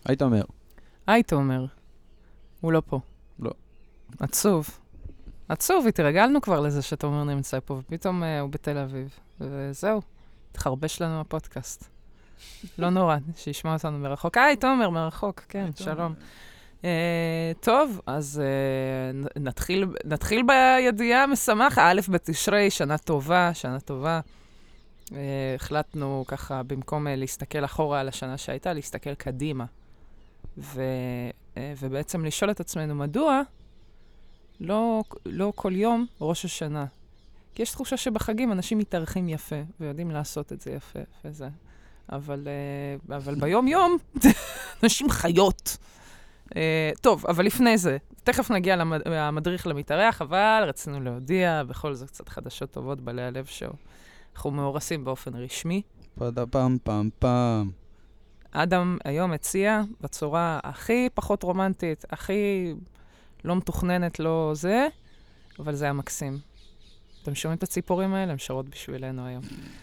היית אומר. היית אומר. הוא לא פה. לא. עצוב. עצוב, התרגלנו כבר לזה שאתה אומר נמצא פה, ופתאום הוא בתל אביב. וזהו, התחרבש לנו הפודקאסט. לא נורא, שישמע אותנו מרחוק. תומר, מרחוק, כן, שלום. טוב, אז נתחיל בידיעה המשמחת. א' בתשרי, שנה טובה, שנה טובה. החלטנו ככה, במקום להסתכל אחורה על השנה שהייתה, להסתכל קדימה. ובעצם לשאול את עצמנו, מדוע לא כל יום ראש השנה? כי יש תחושה שבחגים אנשים מתארחים יפה, ויודעים לעשות את זה יפה, וזה. אבל ביום-יום, אנשים חיות. טוב, אבל לפני זה, תכף נגיע למדריך למתארח, אבל רצינו להודיע, בכל זאת קצת חדשות טובות בעלי הלב שאנחנו מאורסים באופן רשמי. פדה פעם פעם פעם. אדם היום הציע בצורה הכי פחות רומנטית, הכי לא מתוכננת, לא זה, אבל זה היה מקסים. אתם שומעים את הציפורים האלה? הם שרות בשבילנו היום.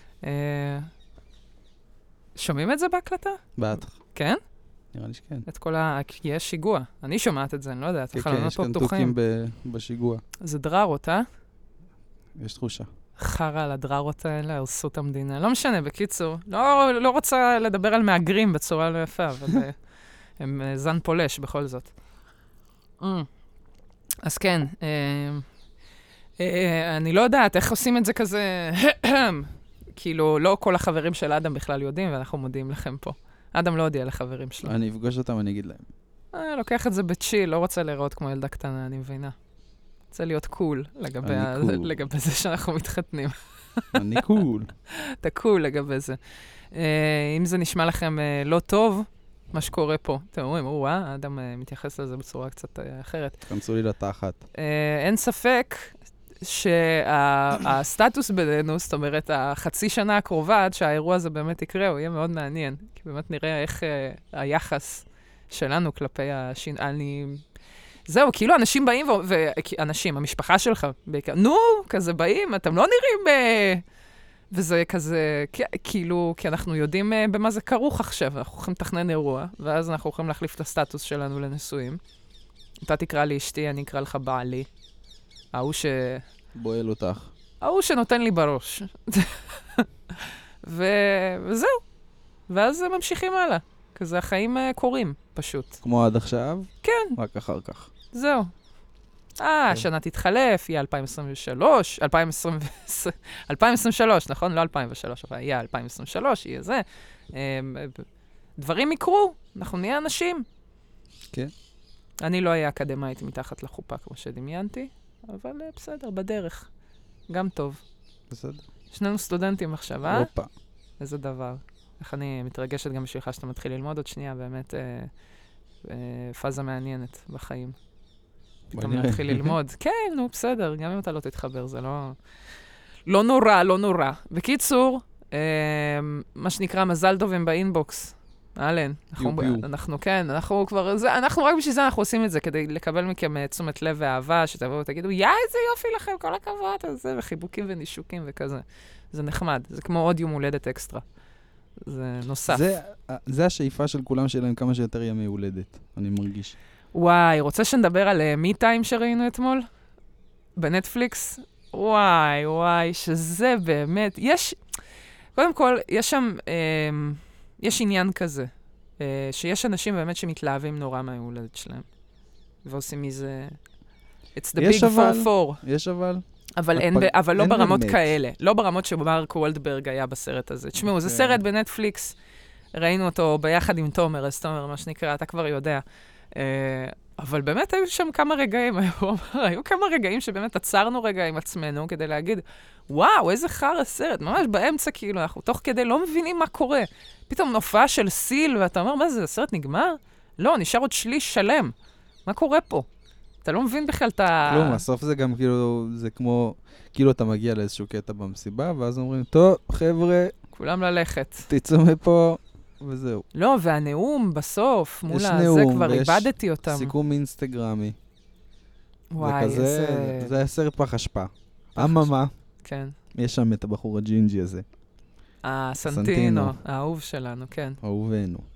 שומעים את זה בהקלטה? בטח. כן? נראה לי שכן. כי יש שיגוע. אני שומעת את זה, אני לא יודעת, החלונות פה פתוחים. יש כאן תוכים בשיגוע. זה דררות, יש תחושה. חרה על הדררות האלה, הרסו את המדינה. לא משנה, בקיצור. לא רוצה לדבר על מהגרים בצורה לא יפה, אבל הם זן פולש בכל זאת. אז כן, אני לא יודעת איך עושים את זה כזה, כאילו, לא כל החברים של אדם בכלל יודעים, ואנחנו מודיעים לכם פה. אדם לא הודיע לחברים שלו. אני אפגוש אותם, אני אגיד להם. לוקח את זה בצ'יל, לא רוצה להיראות כמו ילדה קטנה, אני מבינה. רוצה להיות קול לגבי זה שאנחנו מתחתנים. אני קול. אתה קול לגבי זה. אם זה נשמע לכם לא טוב, מה שקורה פה, אתם אומרים, אדם מתייחס לזה בצורה קצת אחרת. תכנסו לי לתחת. אין ספק שהסטטוס בינינו, זאת אומרת, החצי שנה הקרובה, עד שהאירוע הזה באמת יקרה, הוא יהיה מאוד מעניין. כי באמת נראה איך היחס שלנו כלפי זהו, כאילו אנשים באים, ואנשים, המשפחה שלך, בעיקר, כזה באים, אתם לא נראים וזה כזה, כאילו, כי אנחנו יודעים במה זה כרוך עכשיו, אנחנו יכולים לתכנן אירוע, ואז אנחנו יכולים להחליף את הסטטוס שלנו לנשואים. אתה תקרא לי אשתי, אני אקרא לך בעלי. בועל אותך. ההוא שנותן לי בראש. וזהו. ואז ממשיכים הלאה. כזה החיים קורים, פשוט. כמו עד עכשיו? כן. רק אחר כך. זהו. השנה תתחלף, יהיה 2023, 2023, נכון? לא 2003, אבל יהיה 2023, יהיה זה. דברים יקרו, אנחנו נהיה אנשים. כן. אני לא אהיה אקדמאית מתחת לחופה, כמו שדמיינתי, אבל בסדר, בדרך. גם טוב. בסדר. שנינו סטודנטים עכשיו, אופה. איזה דבר. איך אני מתרגשת גם בשבילך שאתה מתחיל ללמוד עוד שנייה, באמת פאזה מעניינת בחיים. פתאום להתחיל ללמוד. כן, נו, בסדר, גם אם אתה לא תתחבר, זה לא נורא, לא נורא. בקיצור, מה שנקרא מזל טוב הם באינבוקס. אלן, אנחנו כבר, אנחנו רק בשביל זה אנחנו עושים את זה, כדי לקבל מכם תשומת לב ואהבה, שתבואו ותגידו, איזה יופי לכם, כל הכבוד, וחיבוקים ונישוקים וכזה. זה נחמד, זה כמו עוד יום הולדת אקסטרה. זה נוסף. זה השאיפה של כולם שלהם כמה שיותר ימי הולדת, אני מרגיש. וואי, רוצה שנדבר על מי טיים שראינו אתמול? בנטפליקס? וואי, שזה באמת, קודם כל, יש שם, יש עניין כזה, שיש אנשים באמת שמתלהבים נורא מההולדת שלהם, ועושים מזה, it's the big 4-4. יש אבל? אבל לא ברמות כאלה, לא ברמות שמרק וולדברג היה בסרט הזה. תשמעו, זה סרט בנטפליקס, ראינו אותו ביחד עם תומר, אז תומר, מה שנקרא, אתה כבר יודע. אבל באמת היו שם כמה רגעים, היו כמה רגעים שבאמת עצרנו רגע עם עצמנו כדי להגיד, וואו, איזה חר הסרט, ממש באמצע כאילו, אנחנו תוך כדי לא מבינים מה קורה. פתאום נופעה של סיל, ואתה אומר, מה זה, הסרט נגמר? לא, נשאר עוד שליש שלם. מה קורה פה? אתה לא מבין בכלל את ה... כלום, הסוף זה גם כאילו, זה כמו, כאילו אתה מגיע לאיזשהו קטע במסיבה, ואז אומרים, טוב, חבר'ה, כולם ללכת. תצאו מפה, וזהו. לא, והנאום בסוף, מול הזה כבר איבדתי אותם. יש סיכום אינסטגרמי. וואי, איזה... זה היה סרט פח אשפה. אממה. כן. יש שם את הבחור הג'ינג'י הזה. סנטינו, האהוב שלנו, כן. אהובנו.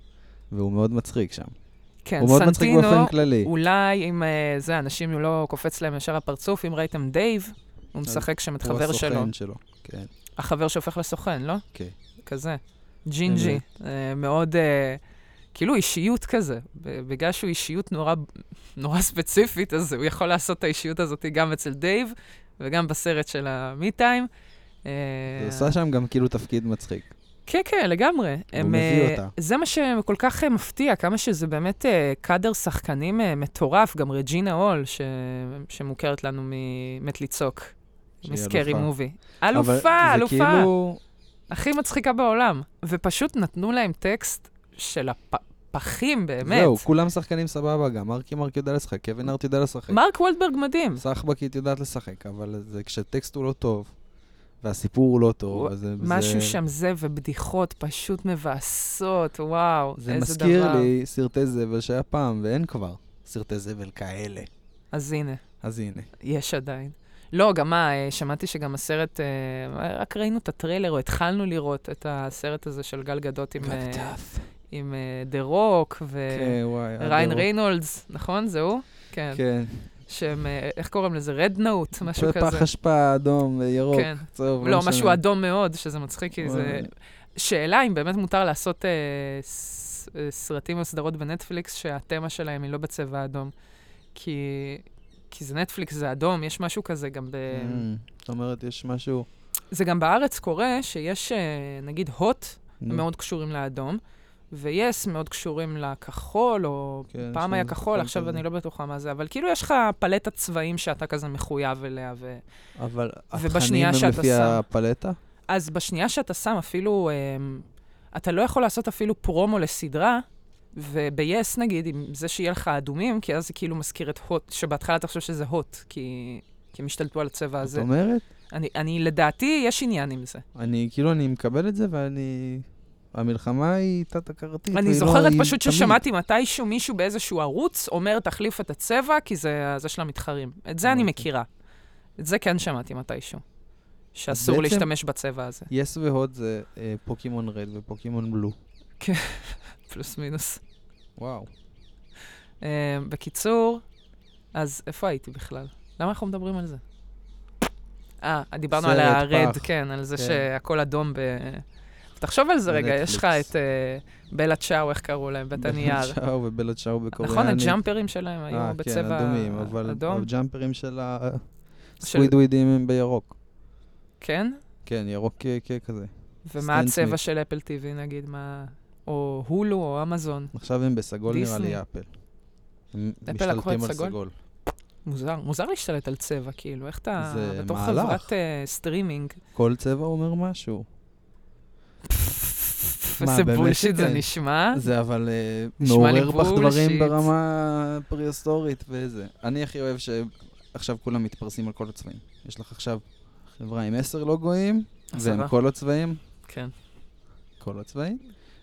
והוא מאוד מצחיק שם. כן, הוא מאוד מצחיק סנטינו, באופן כללי. אולי אם זה, אנשים לא קופץ להם ישר הפרצוף, אם ראיתם דייב, הוא משחק שם את חבר שלו. הוא הסוכן שלו, כן. החבר שהופך לסוכן, לא? כן. כזה. ג'ינג'י. מאוד, כאילו אישיות כזה. בגלל שהוא אישיות נורא ספציפית, אז הוא יכול לעשות את האישיות הזאת גם אצל דייב, וגם בסרט של המי-טיים. הוא עושה שם גם כאילו תפקיד מצחיק. כן, כן, לגמרי. הוא מביא אותה. זה מה שכל כך מפתיע, כמה שזה באמת קאדר שחקנים מטורף, גם רג'ינה הול, שמוכרת לנו ממת לצעוק, מסקרי מובי. אלופה. כאילו... הכי מצחיקה בעולם. ופשוט נתנו להם טקסט של הפחים, באמת. זהו, כולם שחקנים סבבה גם. מרק יודע לשחק, קווין הארט יודע לשחק. מרק וולדברג מדהים. סחבקית יודעת לשחק, אבל זה כשטקסט הוא לא טוב. והסיפור הוא לא טוב. משהו שם זה ובדיחות פשוט מבאסות, וואו, איזה דבר. זה מזכיר לי סרטי זבל שהיה פעם, ואין כבר סרטי זבל כאלה. אז הנה. יש עדיין. לא, גם שמעתי שגם הסרט, רק ראינו את הטריילר, או התחלנו לראות את הסרט הזה של גל גדות עם דה רוק, וריין ריינולדס, נכון? זהו? כן. כן. שהם, איך קוראים לזה? רד נוט, משהו כזה. פח אשפה אדום וירוק. כן. לא, משהו אדום מאוד, שזה מצחיק, כי זה... שאלה אם באמת מותר לעשות סרטים או סדרות בנטפליקס, שהתמה שלהם היא לא בצבע אדום. כי זה נטפליקס, זה אדום, יש משהו כזה גם זאת אומרת, יש משהו... זה גם בארץ קורה שיש, נגיד, הוט, מאוד קשורים לאדום, ויש מאוד קשורים לכחול, או פעם היה כחול, עכשיו אני לא בטוחה מה זה, אבל כאילו יש לך פלטת צבעים שאתה כזה מחויב אליה, אבל התכנים הם לפי הפלטה? אז בשנייה שאתה שם אפילו, אתה לא יכול לעשות אפילו פרומו לסדרה, וב-yes נגיד, עם זה שיהיה לך אדומים, כי אז זה כאילו מזכיר את הוט, שבהתחלה אתה חושב שזה הוט, כי הם השתלטו על הצבע הזה. זאת אומרת? אני לדעתי, יש עניין עם זה. אני מקבל את זה, המלחמה היא תת-הכרתית. אני זוכרת פשוט ששמעתי מתישהו מישהו באיזשהו ערוץ, אומר תחליף את הצבע, כי זה של המתחרים. את זה אני מכירה. את זה כן שמעתי מתישהו. שאסור להשתמש בצבע הזה. יס והוד זה פוקימון רד ופוקימון בלו. כן, פלוס מינוס. וואו. בקיצור, אז איפה הייתי בכלל? למה אנחנו מדברים על זה? דיברנו על הרד, כן, על זה שהכל אדום תחשוב על זה רגע, יש לך את בלה צ'או, איך קראו להם, בית הנייר. בלה צ'או ובלה צ'או בקוריאנית. נכון, הג'אמפרים שלהם היו בצבע אדום. כן, אדומים, אבל הג'אמפרים של הסקווידווידים הם בירוק. כן? כן, ירוק כזה. ומה הצבע של אפל טיווי, נגיד, או הולו או אמזון? עכשיו הם בסגול, נראה לי אפל. הם משתלטים על סגול. מוזר להשתלט על צבע, כאילו, איך אתה בתוך חברת סטרימינג. כל צבע אומר משהו. איזה בולשיט זה נשמע. זה אבל מעורר בך דברים ברמה פריהיסטורית וזה. אני הכי אוהב שעכשיו כולם מתפרסים על כל הצבעים. יש לך עכשיו חברה עם 10 לוגויים, והם כל הצבעים. כן. כל הצבעים.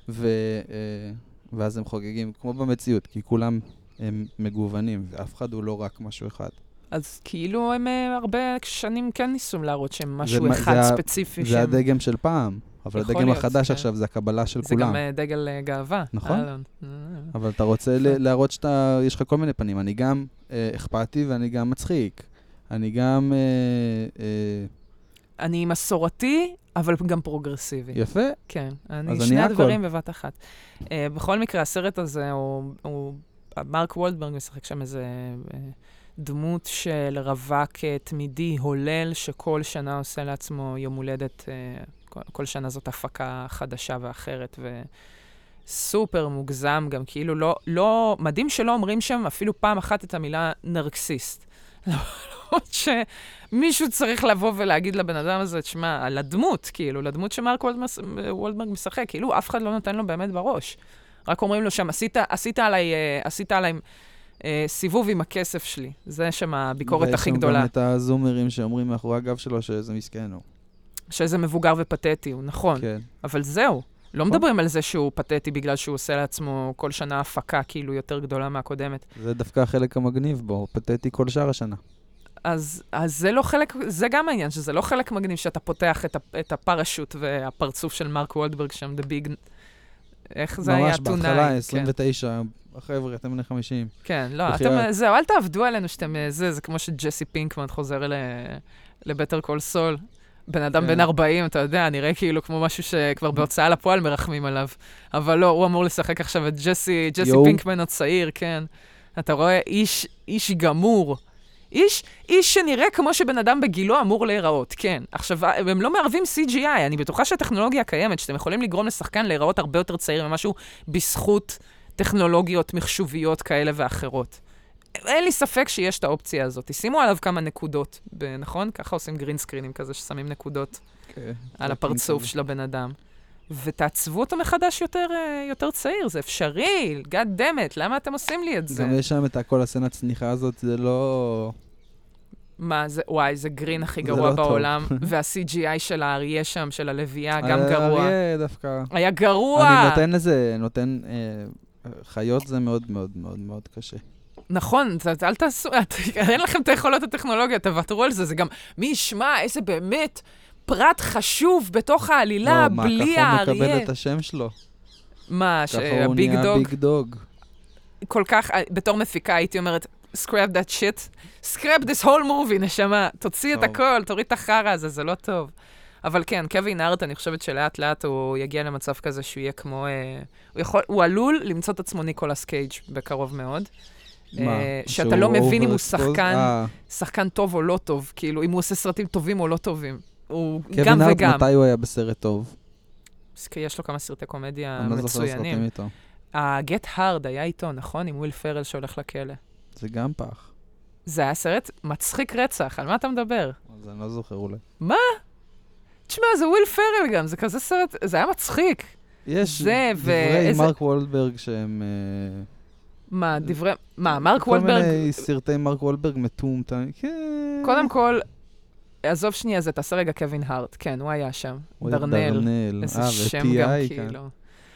ואז הם חוגגים, כמו במציאות, כי כולם הם מגוונים, ואף אחד הוא לא רק משהו אחד. אז כאילו הם הרבה שנים כן ניסו להראות שהם משהו אחד ספציפי. זה הדגם של פעם. אבל הדגם החדש עכשיו זה הקבלה של כולם. זה גם דגל גאווה. נכון. אבל אתה רוצה להראות שיש לך כל מיני פנים. אני גם אכפתי ואני גם מצחיק. אני גם... אני מסורתי, אבל גם פרוגרסיבי. יפה. כן. אני שני הדברים בבת אחת. בכל מקרה, הסרט הזה, מרק וולדברג משחק שם איזה דמות של רווק תמידי הולל, שכל שנה עושה לעצמו יום הולדת... כל שנה זאת הפקה חדשה ואחרת, וסופר מוגזם גם, כאילו לא, מדהים שלא אומרים שם אפילו פעם אחת את המילה נרקסיסט. למרות שמישהו צריך לבוא ולהגיד לבן אדם הזה, תשמע, על הדמות, כאילו, לדמות שמרק וולדברג משחק, כאילו אף אחד לא נותן לו באמת בראש. רק אומרים לו שם, עשית עליי סיבוב עם הכסף שלי. זה שם הביקורת הכי גדולה. ויש שם גם את הזומרים שאומרים מאחורי הגב שלו שזה מסכן הוא. שזה מבוגר ופתטי, הוא נכון. כן. אבל זהו. לא מדברים על זה שהוא פתטי בגלל שהוא עושה לעצמו כל שנה הפקה כאילו יותר גדולה מהקודמת. זה דווקא החלק המגניב בו, פתטי כל שאר השנה. אז זה לא חלק, זה גם העניין, שזה לא חלק מגניב שאתה פותח את הפרשוט והפרצוף של מרק וולדברג שם, the big איך זה היה ממש בהתחלה, 29, החבר'ה, אתם בני 50. כן, לא, אתם, זהו, אל תעבדו עלינו שאתם, זה כמו שג'סי פינקמן חוזר לבטר קול סול. בן אדם בן 40, אתה יודע, נראה כאילו כמו משהו שכבר בהוצאה לפועל מרחמים עליו. אבל לא, הוא אמור לשחק עכשיו את ג'סי פינקמן הצעיר, כן. אתה רואה, איש גמור. איש שנראה כמו שבן אדם בגילו אמור להיראות, כן. עכשיו, הם לא מערבים CGI, אני בטוחה שהטכנולוגיה קיימת, שאתם יכולים לגרום לשחקן להיראות הרבה יותר צעיר ממשהו בזכות טכנולוגיות מחשוביות כאלה ואחרות. אין לי ספק שיש את האופציה הזאת. שימו עליו כמה נקודות, נכון? ככה עושים גרין סקרינים כזה, ששמים נקודות על הפרצוף של הבן אדם. ותעצבו אותו מחדש יותר צעיר, זה אפשרי, God damn it, למה אתם עושים לי את זה? גם יש שם את כל הסצנת צניחה הזאת, זה לא... מה, וואי, זה גרין הכי גרוע בעולם, וה-CGI של האריה שם, של הלוויה, גם גרוע. האריה דווקא... היה גרוע! אני נותן לזה, חיות זה מאוד מאוד מאוד מאוד קשה. נכון, אל תעשו, אין לכם את היכולות הטכנולוגיה, תוותרו על זה, זה גם, מי ישמע, איזה באמת פרט חשוב בתוך העלילה, בלי האריה. ככה הוא מקבל את השם שלו. מה, ככה הוא נהיה ביג דוג. כל כך, בתור מפיקה הייתי אומרת, scrap that shit, scrap this whole movie, נשמה, תוציא את הכל, תוריד את החרא הזה, זה לא טוב. אבל כן, קווין הארט, אני חושבת שלאט לאט הוא יגיע למצב כזה שהוא יהיה כמו, הוא עלול למצוא את עצמו ניקולס קייג' בקרוב מאוד. שאתה לא מבין אם הוא שחקן טוב או לא טוב, כאילו, אם הוא עושה סרטים טובים או לא טובים. הוא גם וגם. קווין הארט, מתי הוא היה בסרט טוב? כי יש לו כמה סרטי קומדיה מצוינים. ה-Get Hard היה איתו, נכון? עם וויל פרל שהולך לכלא. זה גם פח. זה היה סרט מצחיק רצח, על מה אתה מדבר? אז אני לא זוכר אולי. מה? תשמע, זה וויל פרל גם, זה כזה סרט, זה היה מצחיק. יש דברי מרק וולברג שהם... מה, מרק וולברג... כל מיני סרטי מרק וולברג מטומטמים, כן. קודם כל, עזוב שנייה, זה תעשה רגע קווין הארט, כן, הוא היה שם. דרנל. איזה שם גם כאילו.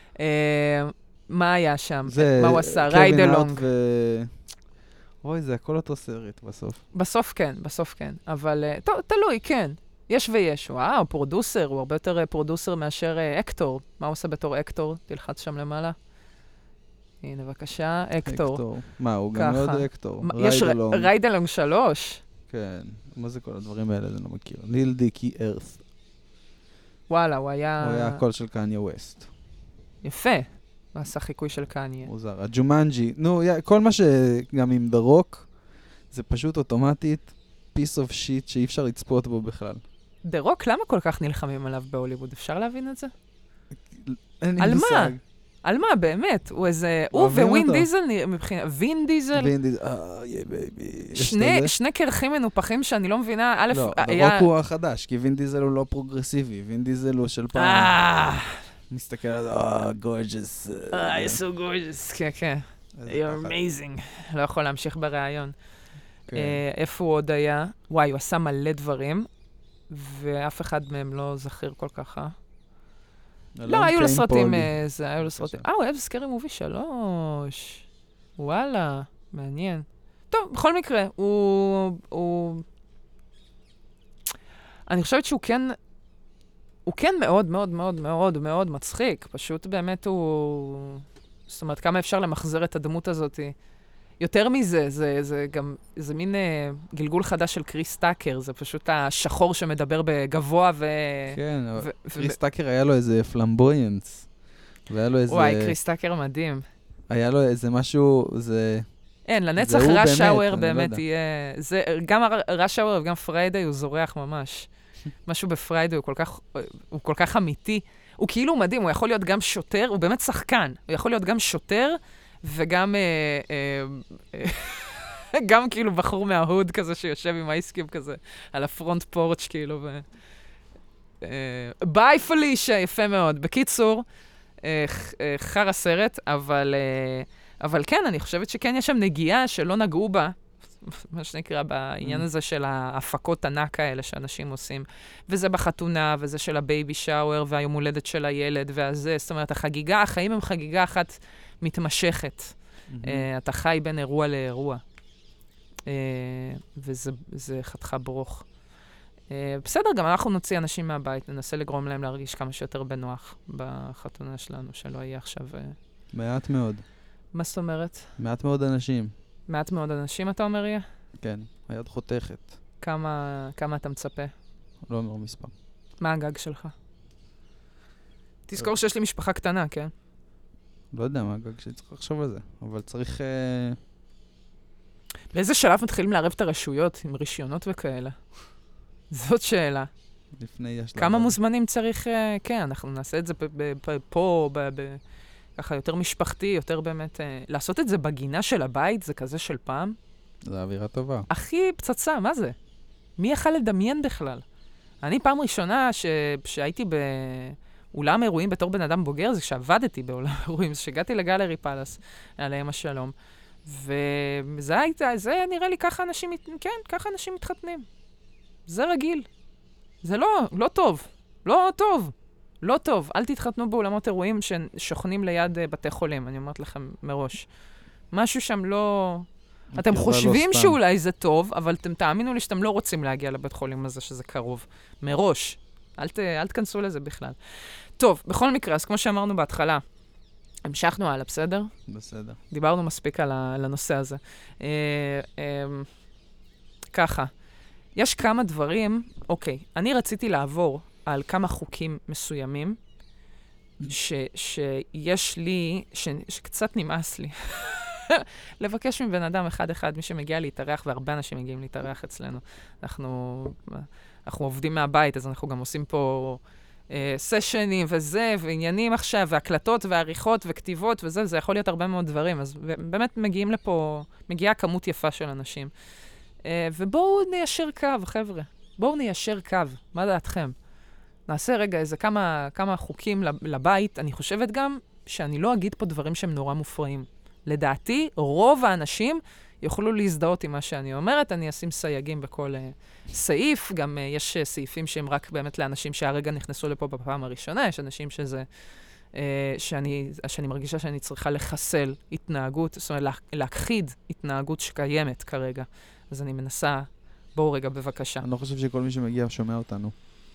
מה היה שם? מה הוא עשה? ריידלונג. אוי, זה הכל אותו סרט בסוף. בסוף כן. אבל, טוב, תלוי, כן. יש ויש. וואו, פרודוסר, הוא הרבה יותר פרודוסר מאשר אקטור. מה הוא עושה בתור אקטור? תלחץ שם למעלה. הנה, בבקשה, אקטור. מה, הוא גם מאוד אקטור. יש ריידלונג 3. כן, מה זה כל הדברים האלה? אני לא מכיר. ניל דיקי ארת'. וואלה, הוא היה הקול של קניה ווסט. יפה. הוא עשה חיקוי של קניה. מוזר. הג'ומנג'י. נו, כל מה שגם עם The Rock, זה פשוט אוטומטית piece of shit שאי אפשר לצפות בו בכלל. The Rock, למה כל כך נלחמים עליו בהוליווד? אפשר להבין את זה? על מה? על מה, באמת? הוא איזה... הוא ווין דיזל מבחינת... וין דיזל? שני קרחים מנופחים שאני לא מבינה. א', לא, הרוק הוא החדש, כי וין דיזל הוא לא פרוגרסיבי. וין דיזל הוא של פעם. מסתכל על זה, גורג'ס. you're so gorgeous. כן, כן. You're amazing. לא יכול להמשיך ברעיון. איפה הוא עוד היה? וואי, הוא עשה מלא דברים, ואף אחד מהם לא זכיר כל כך, לא, היו לו סרטים, היו לו סרטים. הוא היה בסקרי מובי 3. וואלה, מעניין. טוב, בכל מקרה, אני חושבת שהוא כן מאוד מאוד מאוד מאוד מאוד מצחיק. פשוט באמת זאת אומרת, כמה אפשר למחזר את הדמות הזאת. יותר מזה, זה גם, זה מין גלגול חדש של קריס טאקר, זה פשוט השחור שמדבר בגבוה כן, קריס טאקר היה לו איזה פלמבויינס, והיה לו איזה... וואי, קריס טאקר מדהים. היה לו איזה משהו, אין, לנצח רש האואר באמת יהיה... גם רש האואר וגם פריידי הוא זורח ממש. משהו בפריידי הוא כל כך אמיתי. הוא כאילו מדהים, הוא יכול להיות גם שוטר, הוא באמת שחקן. הוא יכול להיות גם שוטר, וגם גם כאילו בחור מההוד כזה שיושב עם אייסקיוב כזה, על הפרונט פורץ' כאילו. ביי פלישה, יפה מאוד. בקיצור, חר הסרט, אבל כן, אני חושבת שכן יש שם נגיעה שלא נגעו בה, מה שנקרא בעניין הזה של ההפקות ענק האלה שאנשים עושים. וזה בחתונה, וזה של הבייבי שאואר, והיום הולדת של הילד, והזה, זאת אומרת, החיים הם חגיגה אחת מתמשכת. אתה חי בין אירוע לאירוע. וזה חתיכה ברוך. בסדר, גם אנחנו נוציא אנשים מהבית, ננסה לגרום להם להרגיש כמה שיותר בנוח בחתונה שלנו, שלא יהיה עכשיו... מעט מאוד. מה זאת אומרת? מעט מאוד אנשים. מעט מאוד אנשים, אתה אומר יהיה? כן, היד חותכת. כמה אתה מצפה? לא אומר מספר. מה הגג שלך? תזכור שיש לי משפחה קטנה, כן? לא יודע מה הגג שלי, צריך לחשוב על זה, אבל צריך... באיזה שלב מתחילים לערב את הרשויות עם רישיונות וכאלה? זאת שאלה. לפני השלב. כמה מוזמנים צריך... כן, אנחנו נעשה את זה פה, ככה יותר משפחתי, יותר באמת... לעשות את זה בגינה של הבית, זה כזה של פעם. זה אווירה טובה. הכי פצצה, מה זה? מי יכל לדמיין בכלל? אני פעם ראשונה שהייתי באולם אירועים בתור בן אדם בוגר, זה כשעבדתי בעולם אירועים, שהגעתי לגלרי פלאס, עליהם השלום. וזה נראה לי ככה אנשים, כן, ככה אנשים מתחתנים. זה רגיל. זה לא טוב. לא טוב. לא טוב. אל תתחתנו באולמות אירועים ששוכנים ליד בתי חולים, אני אומרת לכם מראש. משהו שם לא... אתם חושבים שאולי זה טוב, אבל אתם תאמינו לי שאתם לא רוצים להגיע לבית חולים הזה שזה קרוב. מראש. אל תכנסו לזה בכלל. טוב, בכל מקרה, אז כמו שאמרנו בהתחלה, המשכנו הלאה, בסדר? בסדר. דיברנו מספיק על הנושא הזה. ככה, יש כמה דברים, אוקיי, אני רציתי לעבור על כמה חוקים מסוימים, שיש לי, שקצת נמאס לי. לבקש מבן אדם אחד, מי שמגיע להתארח, והרבה אנשים מגיעים להתארח אצלנו. אנחנו עובדים מהבית, אז אנחנו גם עושים פה סשנים וזה, ועניינים עכשיו, והקלטות ועריכות וכתיבות וזה, זה יכול להיות הרבה מאוד דברים. אז באמת מגיעים לפה, מגיעה כמות יפה של אנשים. ובואו ניישר קו, חבר'ה. בואו ניישר קו. מה דעתכם? נעשה רגע איזה כמה חוקים לבית. אני חושבת גם שאני לא אגיד פה דברים שהם נורא מופרעים. לדעתי, רוב האנשים יוכלו להזדהות עם מה שאני אומרת. אני אשים סייגים בכל סעיף. גם יש סעיפים שהם רק באמת לאנשים שהרגע נכנסו לפה בפעם הראשונה. יש אנשים שאני מרגישה שאני צריכה לחסל התנהגות, זאת אומרת, להכחיד התנהגות שקיימת כרגע. אז אני מנסה, בואו רגע בבקשה. אני לא חושב שכל מי שמגיע שומע אותנו.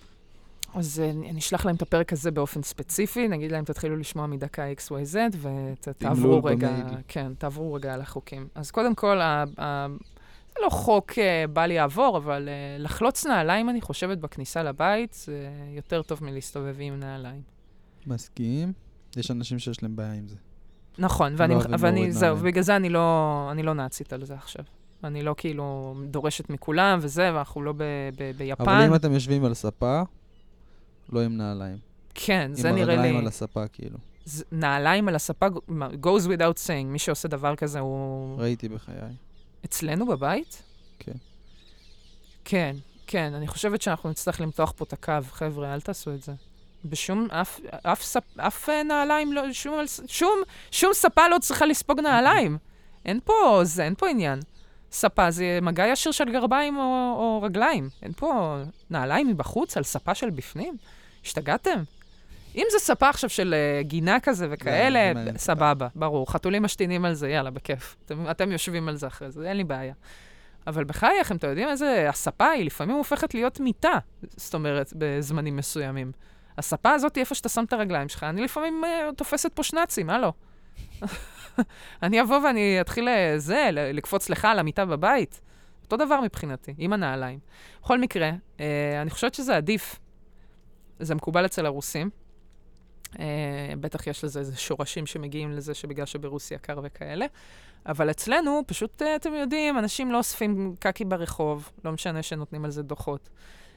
אז אני אשלח להם את הפרק הזה באופן ספציפי, נגיד להם תתחילו לשמוע מדקה XYZ, ותעברו רגע, כן, תעברו רגע על החוקים. אז קודם כל, זה לא חוק בל יעבור, אבל לחלוץ נעליים, אני חושבת, בכניסה לבית, זה יותר טוב מלהסתובב עם נעליים. מסכים. יש אנשים שיש להם בעיה עם זה. נכון, זהו, ובגלל זה אני לא נאצית על זה עכשיו. אני לא כאילו דורשת מכולם וזה, ואנחנו לא ביפן. אבל אם אתם יושבים על ספה, לא עם נעליים. כן, זה נראה לי... עם הרגליים על הספה, כאילו. נעליים על הספה, goes without saying, מי שעושה דבר כזה הוא... ראיתי בחיי. אצלנו בבית? כן. כן, כן, אני חושבת שאנחנו נצטרך למתוח פה את הקו, חבר'ה, אל תעשו את זה. בשום, אף נעליים, לא, שום ספה לא צריכה לספוג נעליים. אין פה עניין. ספה זה מגע ישיר של גרביים או רגליים. אין פה נעליים מבחוץ על ספה של בפנים. השתגעתם? אם זה ספה עכשיו של גינה כזה וכאלה, סבבה, ברור. חתולים משתינים על זה, יאללה, בכיף. אתם יושבים על זה אחרי זה, אין לי בעיה. אבל בחייך, אתם יודעים איזה, הספה היא לפעמים הופכת להיות מיטה, זאת אומרת, בזמנים מסוימים. הספה הזאת היא איפה שאתה שם את הרגליים שלך, אני לפעמים תופסת פה שנאצים, הלו. אני אבוא ואני אתחיל לקפוץ לך על המיטה בבית. אותו דבר מבחינתי, עם הנעליים. בכל מקרה, אני חושבת שזה עדיף. זה מקובל אצל הרוסים. בטח יש לזה איזה שורשים שמגיעים לזה שבגלל שברוסיה קר וכאלה. אבל אצלנו, פשוט, אתם יודעים, אנשים לא אוספים קקי ברחוב, לא משנה שנותנים על זה דוחות.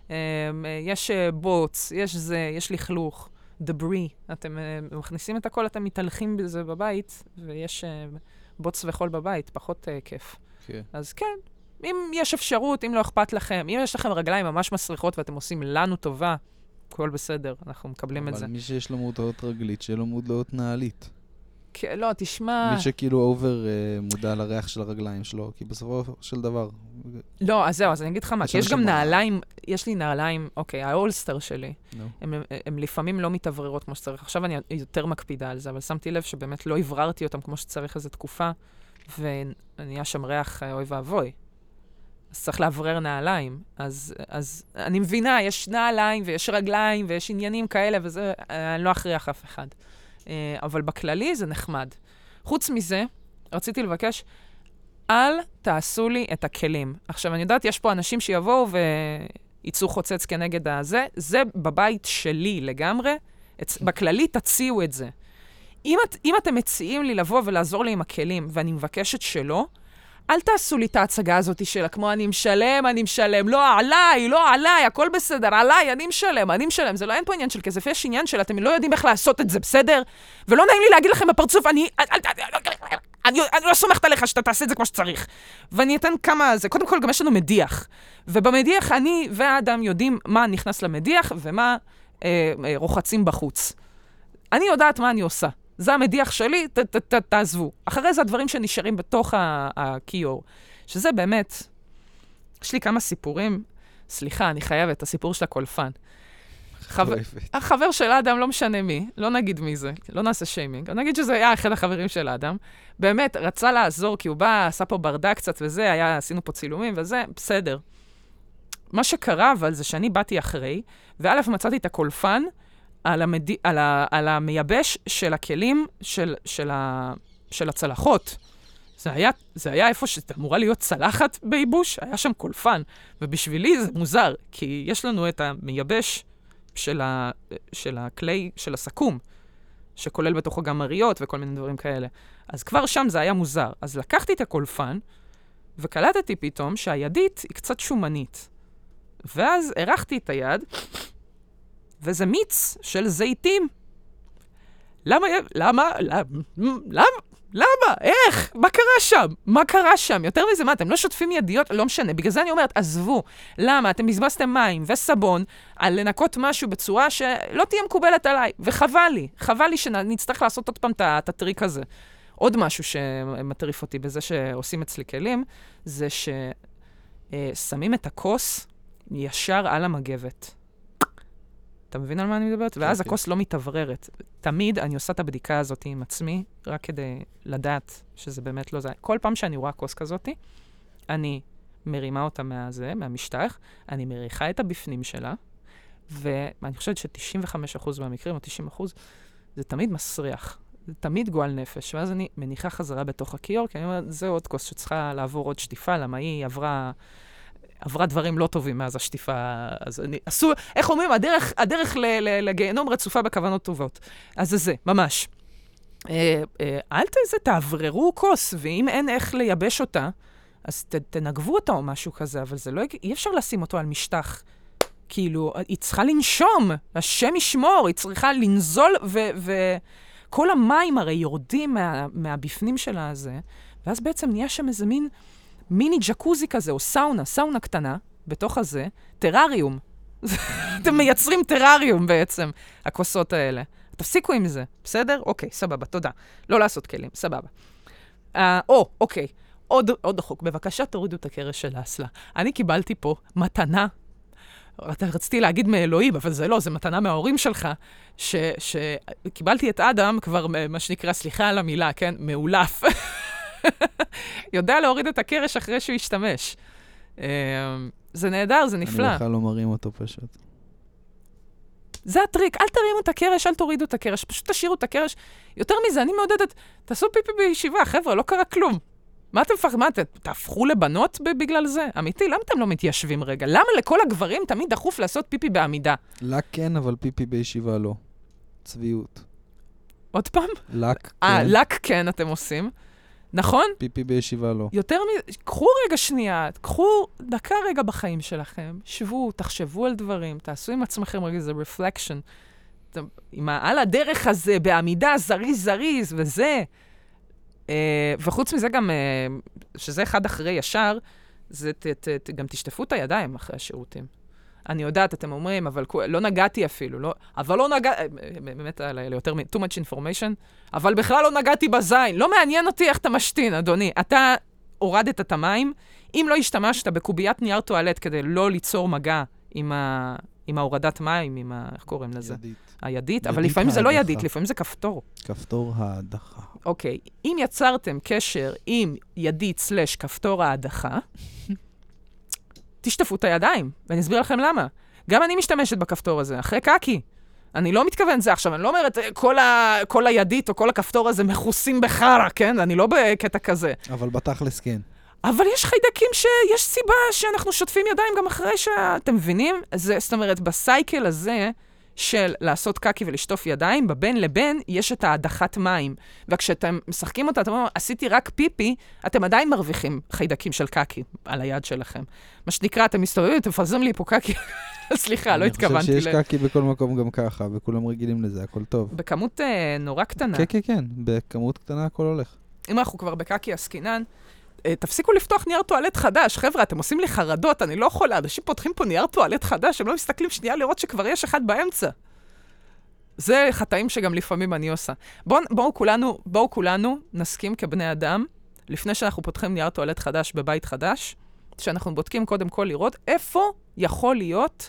יש בוץ, יש לכלוך, דברי. אתם מכניסים את הכל, אתם מתהלכים בזה בבית, ויש בוץ וחול בבית, פחות כיף. כן. אז כן, אם יש אפשרות, אם לא אכפת לכם, אם יש לכם רגליים ממש מסריחות ואתם עושים לנו טובה, הכל בסדר, אנחנו מקבלים את זה. אבל מי שיש לו מודעות רגלית, שיהיה לו מודעות נעלית. לא, תשמע... מי שכאילו אובר מודע לריח של הרגליים שלו, כי בסופו של דבר... לא, אז זהו, אז אני אגיד לך מה, כי יש גם נעליים, יש לי נעליים, אוקיי, האולסטר שלי, הם לפעמים לא מתעבררות כמו שצריך. עכשיו אני יותר מקפידה על זה, אבל שמתי לב שבאמת לא הבררתי אותם כמו שצריך איזו תקופה, ונהיה שם ריח אוי ואבוי. אז צריך לעברר נעליים. אז אני מבינה, יש נעליים ויש רגליים ויש עניינים כאלה, וזה, אני לא אכריח אף אחד. אבל בכללי זה נחמד. חוץ מזה, רציתי לבקש, אל תעשו לי את הכלים. עכשיו, אני יודעת, יש פה אנשים שיבואו ויצאו חוצץ כנגד הזה. זה בבית שלי לגמרי. בכללי תציעו את זה. אם אתם מציעים לי לבוא ולעזור לי עם הכלים, ואני מבקשת שלא, אל תעשו לי את ההצגה הזאת שלה, כמו אני משלם, לא עליי, הכל בסדר, עליי, אני משלם. זה לא, אין פה עניין של כסף, יש עניין של אתם לא יודעים איך לעשות את זה, בסדר? ולא נעים לי להגיד לכם בפרצוף, אני לא סומכת עליך שאתה תעשה את זה כמו שצריך. ואני אתן כמה זה. קודם כל, גם יש לנו מדיח. ובמדיח אני והאדם יודעים מה נכנס למדיח ומה רוחצים בחוץ. אני יודעת מה אני עושה. זה המדיח שלי, תעזבו. אחרי זה הדברים שנשארים בתוך הכיור. שזה באמת, יש לי כמה סיפורים. סליחה, אני חייבת, הסיפור של הקולפן. החבר של האדם, לא משנה מי, לא נגיד מי זה, לא נעשה שיימינג, נגיד שזה היה אחד החברים של האדם, באמת רצה לעזור, כי הוא בא, עשה פה ברדה קצת וזה, עשינו פה צילומים וזה, בסדר. מה שקרה אבל זה שאני באתי אחרי, וא' מצאתי את הקולפן על המייבש של הכלים של הצלחות. זה היה איפה שאמורה להיות צלחת בייבוש, היה שם קולפן, ובשבילי זה מוזר, כי יש לנו את המייבש של הכלי, של הסכום, שכולל בתוכו גם מריות וכל מיני דברים כאלה. אז כבר שם זה היה מוזר. אז לקחתי את הקולפן, וקלטתי פתאום שהידית היא קצת שומנית. ואז הרחתי את היד, וזה מיץ של זיתים. למה? איך? מה קרה שם? יותר מזה, מה, אתם לא שוטפים ידיות? לא משנה. בגלל זה אני אומרת, עזבו. למה? אתם בזבזתם מים וסבון על לנקות משהו בצורה שלא תהיה מקובלת עליי. חבל לי שנצטרך לעשות עוד פעם את הטריק הזה. עוד משהו שמטריף אותי בזה שעושים אצלי כלים, זה ששמים את הכוס ישר על המגבת. אתה מבין על מה אני מדברת? ואז הכוס לא מתעבררת. תמיד אני עושה את הבדיקה הזאת עם עצמי, רק כדי לדעת שזה באמת לא זה. כל פעם שאני רואה כוס כזאת, אני מרימה אותה מהמשטח, אני מריחה את הבפנים שלה, ואני חושבת ש95% מהמקרים, או 90%, זה תמיד מסריח. זה תמיד גועל נפש. ואז אני מניחה חזרה בתוך הכיור, כי אני אומרת, זה עוד כוס שצריכה לעבור עוד שטיפה, למה היא עברה דברים לא טובים מאז השטיפה. אז איך אומרים? הדרך לגיהנום רצופה בכוונות טובות. אז זה, ממש. אל תעבררו כוס, ואם אין איך לייבש אותה, אז תנגבו אותה או משהו כזה, אבל זה לא, אי אפשר לשים אותו על משטח. כאילו, היא צריכה לנשום, השם ישמור, היא צריכה לנזול, וכל המים הרי יורדים מהבפנים שלה הזה, ואז בעצם נהיה שם איזה מיני ג'קוזי כזה, או סאונה קטנה, בתוך הזה, טראריום. אתם מייצרים טראריום בעצם, הכוסות האלה. תפסיקו עם זה, בסדר? אוקיי, סבבה, תודה. לא לעשות כלים, סבבה. אוקיי, עוד חוק. בבקשה, תורידו את הקרש של האסלה. אני קיבלתי פה מתנה, רציתי להגיד מאלוהים, אבל זה לא, זה מתנה מההורים שלך, שקיבלתי את אדם כבר, מה שנקרא, סליחה על המילה, כן? מאולף. יודע להוריד את הקרש אחרי שהוא ישתמש. זה נהדר, זה נפלא. אני בכלל לא מרים אותו פשוט. זה הטריק, אל תרימו את הקרש, אל תורידו את הקרש, פשוט תשאירו את הקרש. יותר מזה, אני מעודדת, תעשו פיפי בישיבה, חבר'ה, לא קרה כלום. מה אתם מפחדים? תהפכו לבנות בגלל זה? אמיתי, למה אתם לא מתיישבים רגע? למה לכל הגברים תמיד דחוף לעשות פיפי בעמידה? לק כן, אבל פיפי בישיבה לא. צביעות. עוד פעם? לק כן. לק כן אתם עושים. נכון? פיפי בישיבה לא. יותר קחו רגע שנייה, קחו דקה רגע בחיים שלכם, שבו, תחשבו על דברים, תעשו עם עצמכם רגע, זה reflection. על הדרך הזה, בעמידה, זריז, וזה. וחוץ מזה גם, שזה אחד אחרי ישר, זה גם תשטפו את הידיים אחרי השירותים. אני יודעת, אתם אומרים, אבל לא נגעתי אפילו, לא, אבל לא נגעתי, באמת, יותר too much information, אבל בכלל לא נגעתי בזין, לא מעניין אותי איך אתה משתין, אדוני. אתה הורדת את המים, אם לא השתמשת בקוביית נייר טואלט כדי לא ליצור מגע עם ההורדת מים, עם איך קוראים לזה? ידית. הידית, אבל לפעמים זה לא ידית, לפעמים זה כפתור. כפתור ההדחה. אוקיי, אם יצרתם קשר עם ידית / כפתור ההדחה, תשטפו את הידיים, ואני אסביר לכם למה. גם אני משתמשת בכפתור הזה, אחרי קקי. אני לא מתכוון זה עכשיו, אני לא אומרת, כל הידית או כל הכפתור הזה מכוסים בחרה, כן? אני לא בקטע כזה. אבל בתכלס כן. אבל יש חיידקים שיש סיבה שאנחנו שוטפים ידיים גם אחרי שאתם מבינים? זאת אומרת, בסייקל הזה של לעשות קקי ולשטוף ידיים, בבין לבין יש את ההדחת מים. וכשאתם משחקים אותה, אתם אומרים, עשיתי רק פיפי, אתם עדיין מרוויחים חיידקים של קקי על היד שלכם. מה שנקרא, אתם מסתובבים, אתם מפזרים לי פה קקי. סליחה, לא התכוונתי. אני חושב שיש קקי בכל מקום גם ככה, וכולם רגילים לזה, הכל טוב. בכמות נורא קטנה. כן, כן, כן, בכמות קטנה הכל הולך. אם אנחנו כבר בקקי עסקינן, תפסיקו לפתוח נייר טואלט חדש. חבר'ה, אתם עושים לי חרדות, אני לא יכולה. אנשים פותחים פה נייר טואלט חדש, הם לא מסתכלים שנייה לראות שכבר יש אחד באמצע. זה חטאים שגם לפעמים אני עושה. בואו כולנו נסכים כבני אדם, לפני שאנחנו פותחים נייר טואלט חדש בבית חדש, שאנחנו בודקים קודם כל לראות איפה יכול להיות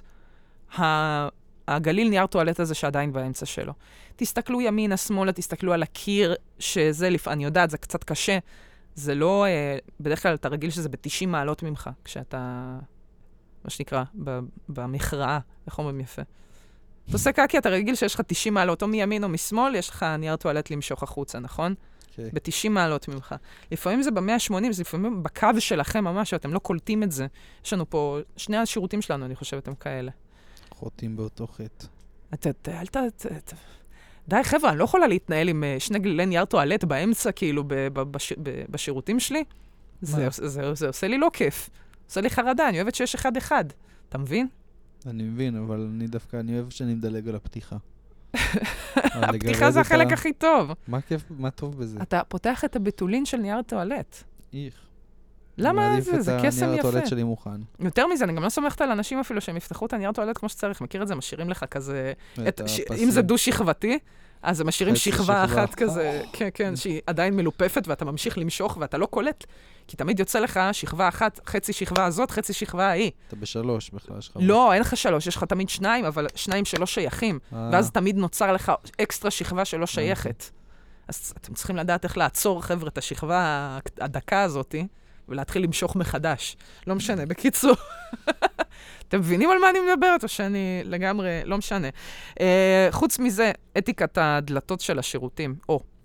הגליל נייר טואלט הזה שעדיין באמצע שלו. תסתכלו ימינה, שמאלה, תסתכלו על הקיר, שזה, אני יודעת, זה קצת קשה. זה לא, בדרך כלל אתה רגיל שזה ב-90 מעלות ממך, כשאתה, מה שנקרא, במכרעה, איך אומרים יפה. אתה עושה קקי, אתה רגיל שיש לך 90 מעלות, או מימין או משמאל, יש לך נייר טואלט למשוך החוצה, נכון? ב-90 מעלות ממך. לפעמים זה ב-180, זה לפעמים בקו שלכם ממש, שאתם לא קולטים את זה. יש לנו פה, שני השירותים שלנו, אני חושבת, הם כאלה. חוטאים באותו חטא. די, חבר'ה, אני לא יכולה להתנהל עם שני גלילי נייר טואלט באמצע, כאילו, בשירותים שלי. זה עושה לי לא כיף. עושה לי חרדה, אני אוהבת שיש אחד. אתה מבין? אני מבין, אבל אני אוהב שאני מדלג על הפתיחה. הפתיחה זה החלק הכי טוב. מה כיף, מה טוב בזה? אתה פותח את הביטולין של נייר טואלט. איך. למה זה קסם יפה? הנייר טואלט שלי מוכן. יותר מזה, אני גם לא סומכת על אנשים אפילו שהם יפתחו את הנייר טואלט כמו שצריך. מכיר את זה? משאירים לך כזה... אם זה דו-שכבתי, אז הם משאירים שכבה אחת כזה, כן, שהיא עדיין מלופפת ואתה ממשיך למשוך ואתה לא קולט. כי תמיד יוצא לך שכבה אחת, חצי שכבה הזאת, חצי שכבה ההיא. אתה בשלוש בכלל, יש לך... לא, אין לך שלוש, יש לך תמיד שניים, אבל שניים שלא שייכים. ואז תמיד נוצר לך אקסטרה שכבה שלא שייכת. אז אתם צריכים לדעת איך לעצור, חבר'ה, את השכבה הדקה הזאת, ולהתחיל למשוך מחדש. לא משנה, בקיצור. אתם מבינים על מה אני מדברת, או שאני לגמרי, לא משנה. חוץ מזה, אתיקת הדלתות של השירותים.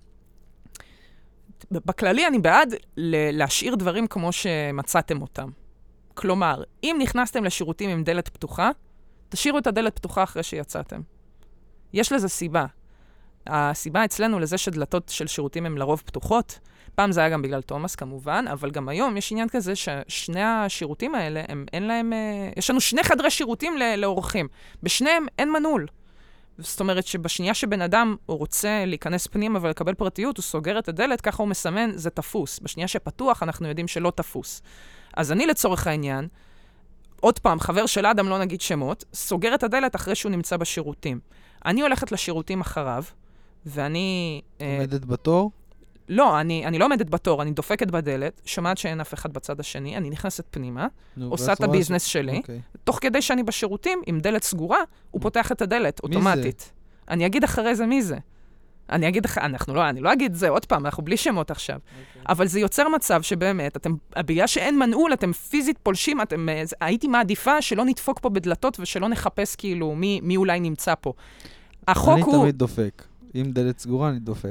בכללי אני בעד להשאיר דברים כמו שמצאתם אותם. כלומר, אם נכנסתם לשירותים עם דלת פתוחה, תשאירו את הדלת פתוחה אחרי שיצאתם. יש לזה סיבה. הסיבה אצלנו לזה שדלתות של שירותים הם לרוב פתוחות. פעם זה היה גם בגלל תומאס כמובן, אבל גם היום יש עניין כזה ששני השירותים האלה, אין להם... יש לנו שני חדרי שירותים לאורחים. בשניהם אין מנעול. זאת אומרת שבשנייה שבן אדם הוא רוצה להיכנס פנימה ולקבל פרטיות, הוא סוגר את הדלת, ככה הוא מסמן, זה תפוס. בשנייה שפתוח אנחנו יודעים שלא תפוס. אז אני לצורך העניין, עוד פעם, חבר של אדם, לא נגיד שמות, סוגר את הדלת אחרי שהוא נמצא בשירותים. אני הולכת לשירותים אחריו, ואני... עומדת בתור? לא, אני לא עומדת בתור, אני דופקת בדלת, שומעת שאין אף אחד בצד השני, אני נכנסת פנימה, עושה את הביזנס שלי, תוך כדי שאני בשירותים, עם דלת סגורה, הוא פותח את הדלת אוטומטית. אני אגיד אחרי זה מי זה. אני לא אגיד זה, עוד פעם, אנחנו בלי שמות עכשיו. אבל זה יוצר מצב שבאמת, בגלל שאין מנעול, אתם פיזית פולשים, הייתי מעדיפה שלא נדפוק פה בדלתות, ושלא נחפש כאילו מי אולי נמצא פה. אני תמיד דופק. אם דלת סגורה, אני דופק.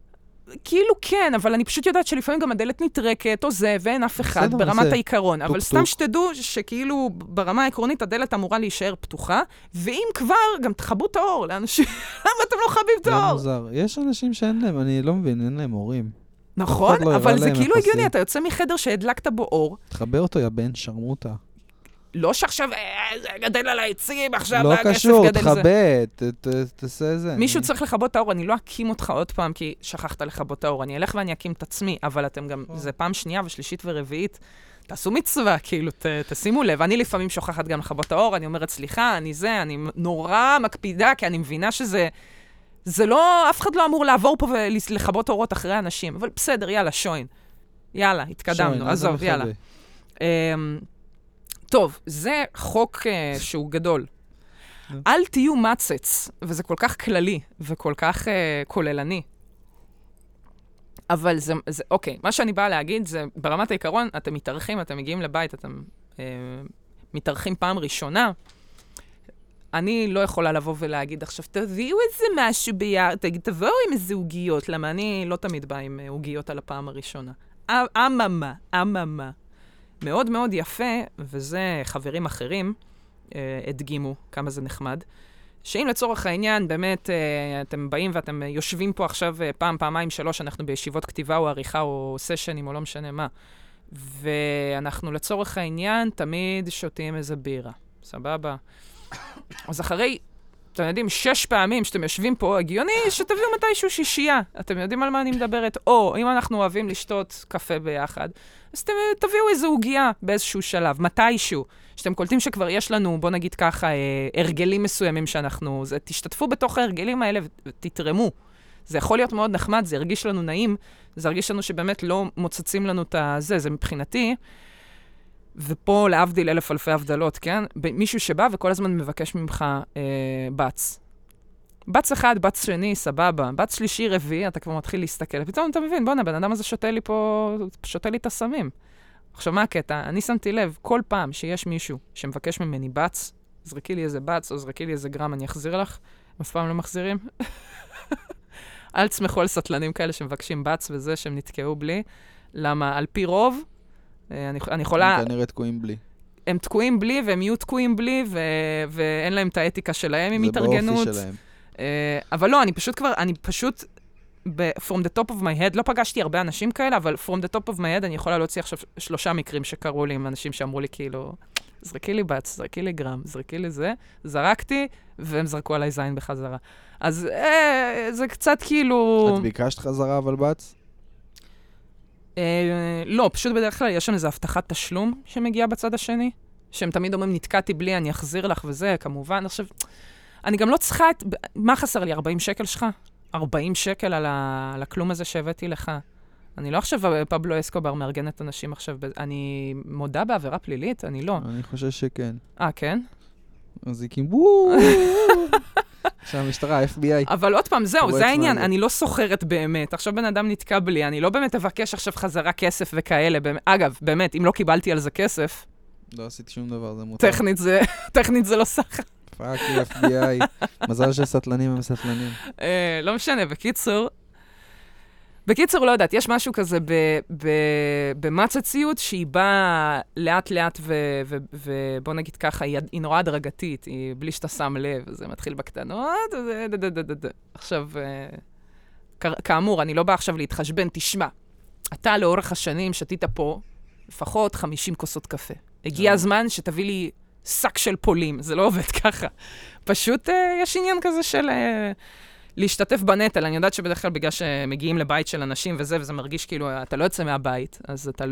כאילו כן, אבל אני פשוט יודעת שלפעמים גם הדלת נטרקת או זה, ואין אף אחד ברמת העיקרון. אבל סתם שתדעו שכאילו ברמה העקרונית הדלת אמורה להישאר פתוחה, ואם כבר, גם תחבו את האור לאנשים. למה אתם לא חבים את האור? זה מוזר. יש אנשים שאין להם, אני לא מבין, אין להם הורים. נכון, אבל זה כאילו הגיוני, אתה יוצא מחדר שהדלקת בו אור. תחבר אותו, יא בן, שרמוטה. לא שעכשיו גדל על העצים, עכשיו לא קשור, תחבא, תעשה זה. מישהו צריך לכבות את האור, אני לא אקים אותך עוד פעם, כי שכחת לכבות את האור, אני אלך ואני אקים את עצמי, אבל אתם גם, זה פעם שנייה ושלישית ורביעית, תעשו מצווה, כאילו, תשימו לב, אני לפעמים שוכחת גם לכבות את האור, אני אומרת, סליחה, אני נורא מקפידה, כי אני מבינה שזה, זה לא, אף אחד לא אמור לעבור פה ולכבות אורות אחרי אנשים, אבל בסדר, יאללה, שוין. יאללה, התקדמנו, עזוב, יאללה. טוב, זה חוק שהוא גדול. אל תהיו מצץ, וזה כל כך כללי וכל כך כוללני. אבל זה, אוקיי, מה שאני באה להגיד זה, ברמת העיקרון, אתם מתארחים, אתם מגיעים לבית, אתם מתארחים פעם ראשונה, אני לא יכולה לבוא ולהגיד עכשיו, תביאו איזה משהו תבואו עם איזה עוגיות, למה אני לא תמיד באה עם עוגיות על הפעם הראשונה. אממה. מאוד מאוד יפה, וזה חברים אחרים הדגימו כמה זה נחמד, שאם לצורך העניין באמת אתם באים ואתם יושבים פה עכשיו פעם, פעמיים, 3, אנחנו בישיבות כתיבה או עריכה או סשנים או לא משנה מה, ואנחנו לצורך העניין תמיד שותים איזה בירה. סבבה? אז אחרי, אתם יודעים, 6 פעמים שאתם יושבים פה, הגיוני שתביאו מתישהו 6. אתם יודעים על מה אני מדברת? או אם אנחנו אוהבים לשתות קפה ביחד, אז תביאו איזו עוגיה באיזשהו שלב, מתישהו. שאתם קולטים שכבר יש לנו, בוא נגיד ככה, הרגלים מסוימים שאנחנו, תשתתפו בתוך ההרגלים האלה ותתרמו. זה יכול להיות מאוד נחמד, זה ירגיש לנו נעים, זה ירגיש לנו שבאמת לא מוצצים לנו את זה מבחינתי. ופה להבדיל 1000 אלפי הבדלות, כן? מישהו שבא וכל הזמן מבקש ממך בץ. בץ אחד, בץ שני, סבבה. בץ שלישי, רביעי, אתה כבר מתחיל להסתכל. פתאום אתה מבין, בוא'נה, בן אדם הזה שותה לי פה, שותה לי את הסמים. עכשיו, מה הקטע? אני שמתי לב, כל פעם שיש מישהו שמבקש ממני בץ, זרקי לי איזה בץ או זרקי לי איזה גרם, אני אחזיר לך. אף פעם לא מחזירים. אל תסמכו על סטלנים כאלה שמבקשים בץ וזה שהם נתקעו בלי. למה? על פי רוב, אני יכולה... הם כנראה תקועים בלי. הם תקועים בלי, והם יהיו תקועים בלי, ואין להם את האתיקה שלהם עם התארגנות. זה באופי שלהם. אבל לא, אני פשוט, from the top of my head, לא פגשתי הרבה אנשים כאלה, אבל from the top of my head, אני יכולה להוציא עכשיו 3 מקרים שקראו לי עם אנשים שאמרו לי כאילו, זרקי לי בץ, זרקי לי גרם, זרקי לי זה, זרקתי, והם זרקו עליי זין בחזרה. אז זה קצת כאילו... את ביקשת חזרה אבל בץ? לא, פשוט בדרך כלל יש שם איזו הבטחת תשלום שמגיעה בצד השני, שהם תמיד אומרים, נתקעתי בלי, אני אחזיר לך וזה, כמובן. עכשיו, אני גם לא צריכה את... מה חסר לי? 40 שקל שלך? 40 שקל על הכלום הזה שהבאתי לך. אני לא עכשיו פבלו אסקובר מארגנת אנשים עכשיו, אני מודה בעבירה פלילית? אני לא. אני חושב שכן. כן? אז היא כאילו... עכשיו המשטרה, FBI. אבל עוד פעם, זהו, זה העניין, אני לא סוחרת באמת. עכשיו בן אדם נתקע בלי, אני לא באמת אבקש עכשיו חזרה כסף וכאלה. אגב, באמת, אם לא קיבלתי על זה כסף... לא עשיתי שום דבר, זה מותר. טכנית זה לא סחר. פאק, FBI. מזל שסטלנים הם סטלנים. לא משנה, בקיצור, לא יודעת, יש משהו כזה במצציות שהיא באה לאט-לאט ובוא נגיד ככה, היא נורא הדרגתית, היא בלי שאתה שם לב, זה מתחיל בקטנות, עכשיו, כאמור, אני לא באה עכשיו להתחשבן, תשמע, אתה לאורך השנים שתית פה לפחות 50 כוסות קפה. הגיע הזמן שתביא לי שק של פולים, זה לא עובד ככה. פשוט יש עניין כזה של... להשתתף בנטל, אני יודעת שבדרך כלל בגלל שמגיעים לבית של אנשים וזה מרגיש כאילו, אתה לא יוצא מהבית, אז אתה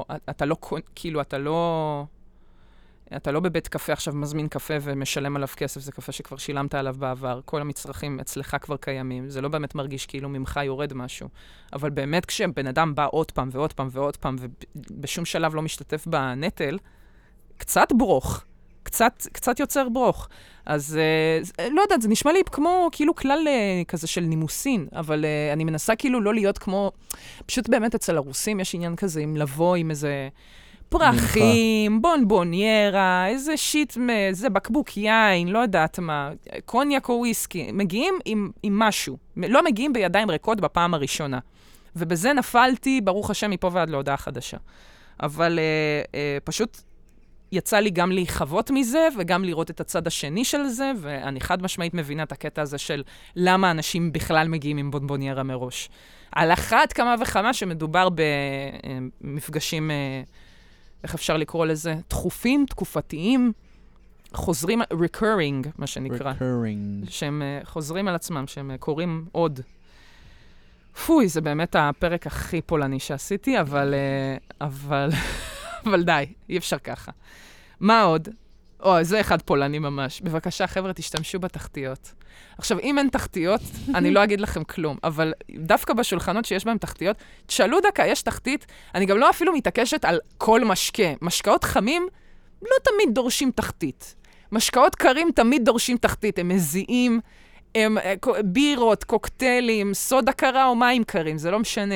לא בבית קפה עכשיו מזמין קפה ומשלם עליו כסף, זה קפה שכבר שילמת עליו בעבר, כל המצרכים אצלך כבר קיימים, זה לא באמת מרגיש כאילו ממך יורד משהו, אבל באמת כשבן אדם בא עוד פעם ועוד פעם ועוד פעם, ובשום שלב לא משתתף בנטל, קצת ברוך. קצת יוצר ברוך. אז לא יודעת, זה נשמע לי כמו כאילו כלל כזה של נימוסין, אבל אני מנסה כאילו לא להיות כמו, פשוט באמת אצל הרוסים יש עניין כזה עם לבוא עם איזה פרחים, בונבוניירה, איזה שיט, איזה בקבוק יין, לא יודעת מה, קוניאק או וויסקי, מגיעים עם משהו, לא מגיעים בידיים ריקות בפעם הראשונה. ובזה נפלתי, ברוך השם, מפה ועד להודעה חדשה. אבל פשוט... יצא לי גם להיחוות מזה, וגם לראות את הצד השני של זה, ואני חד משמעית מבינה את הקטע הזה של למה אנשים בכלל מגיעים עם בונבוניירה מראש. על אחת כמה וכמה שמדובר במפגשים, איך אפשר לקרוא לזה? תכופים, תקופתיים, חוזרים, recurring, מה שנקרא. recurring. שהם חוזרים על עצמם, שהם קוראים עוד. פוי, זה באמת הפרק הכי פולני שעשיתי, אבל די, אי אפשר ככה. מה עוד? זה אחד פולני ממש. בבקשה, חבר'ה, תשתמשו בתחתיות. עכשיו, אם אין תחתיות, אני לא אגיד לכם כלום, אבל דווקא בשולחנות שיש בהם תחתיות, תשאלו דקה, יש תחתית, אני גם לא אפילו מתעקשת על כל משקה. משקאות חמים לא תמיד דורשים תחתית. משקאות קרים תמיד דורשים תחתית. הם מזיעים, הם בירות, קוקטיילים, סודה קרה או מים קרים, זה לא משנה.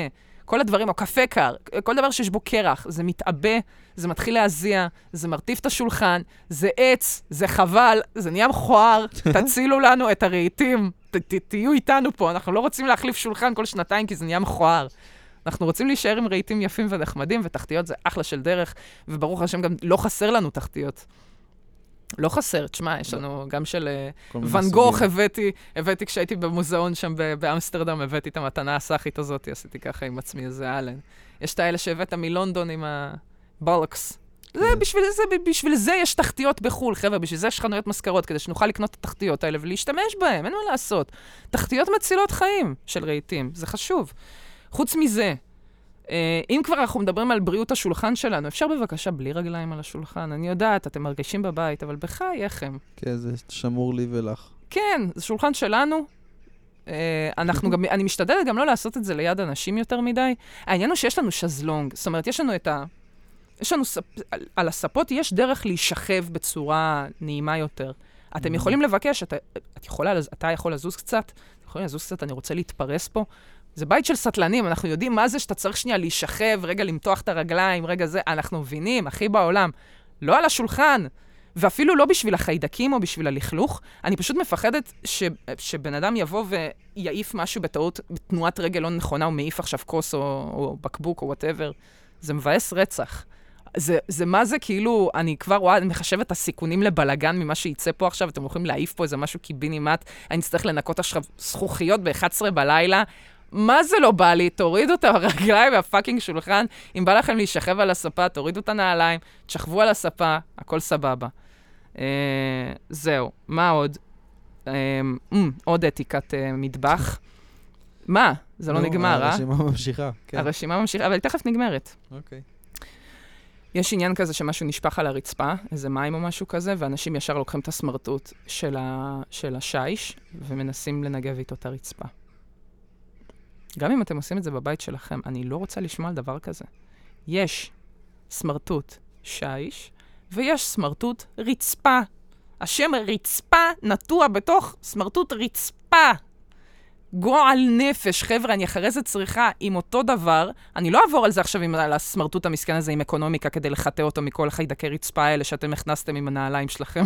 כל הדברים, או קפה קר, כל דבר שיש בו קרח, זה מתעבה, זה מתחיל להזיע, זה מרטיף את השולחן, זה עץ, זה חבל, זה נהיה מכוער, תצילו לנו את הרהיטים, תהיו איתנו פה, אנחנו לא רוצים להחליף שולחן כל שנתיים כי זה נהיה מכוער. אנחנו רוצים להישאר עם רהיטים יפים ונחמדים, ותחתיות זה אחלה של דרך, וברוך השם גם לא חסר לנו תחתיות. לא חסר, תשמע, יש לנו גם של ון גוך הבאתי כשהייתי במוזיאון שם באמסטרדם, הבאתי את המתנה הסאחית הזאת, עשיתי ככה עם עצמי איזה אלן. יש את האלה שהבאת מלונדון עם הבולקס. בשביל זה יש תחתיות בחול, חבר'ה, בשביל זה יש חנויות מזכרות, כדי שנוכל לקנות את התחתיות האלה ולהשתמש בהן, אין מה לעשות. תחתיות מצילות חיים של רהיטים, זה חשוב. חוץ מזה, אם כבר אנחנו מדברים על בריאות השולחן שלנו, אפשר בבקשה בלי רגליים על השולחן. אני יודעת, אתם מרגישים בבית, אבל בחייכם. כן, זה שמור לי ולך. כן, זה שולחן שלנו. אני משתדלת גם לא לעשות את זה ליד אנשים יותר מדי. העניין הוא שיש לנו שזלונג. זאת אומרת, על הספות יש דרך להישכב בצורה נעימה יותר. אתם יכולים לבקש, אתה יכול לזוז קצת, אני רוצה להתפרס פה. זה בית של סטלנים, אנחנו יודעים מה זה שאתה צריך שנייה להישכב, רגע למתוח את הרגליים, רגע זה, אנחנו מבינים, הכי בעולם. לא על השולחן, ואפילו לא בשביל החיידקים או בשביל הלכלוך, אני פשוט מפחדת שבן אדם יבוא ויעיף משהו בטעות, בתנועת רגל לא נכונה, הוא מעיף עכשיו כוס או בקבוק או whatever. זה מבאס רצח. זה מה זה כאילו, אני כבר רואה, אני מחשב את הסיכונים לבלגן ממה שייצא פה עכשיו, אתם יכולים להעיף פה איזה משהו קיבינימט, אני צריך לנקות עכשיו זכוכיות ב-11 בלילה, מה זה לא בא לי? תורידו את הרגליים והפאקינג שולחן. אם בא לכם להישכב על הספה, תורידו את הנעליים, תשכבו על הספה, הכל סבבה. זהו. מה עוד? עוד אתיקת מטבח. מה? זה לא נגמר, הרשימה ממשיכה. הרשימה ממשיכה, אבל היא תכף נגמרת. אוקיי. יש עניין כזה שמשהו נשפך על הרצפה, איזה מים או משהו כזה, ואנשים ישר לוקחים את הסמרטוט של השיש, ומנסים לנגב איתו את הרצפה. גם אם אתם עושים את זה בבית שלכם, אני לא רוצה לשמוע על דבר כזה. יש סמרטוט שיש, ויש סמרטוט רצפה. השם רצפה נטוע בתוך סמרטוט רצפה. גועל נפש, חבר'ה, אני אחרי זה צריכה עם אותו דבר, אני לא אעבור על זה עכשיו על הסמרטוט המסכן הזה עם אקונומיקה, כדי לחטא אותו מכל החיידקי רצפה האלה שאתם הכנסתם עם הנעליים שלכם.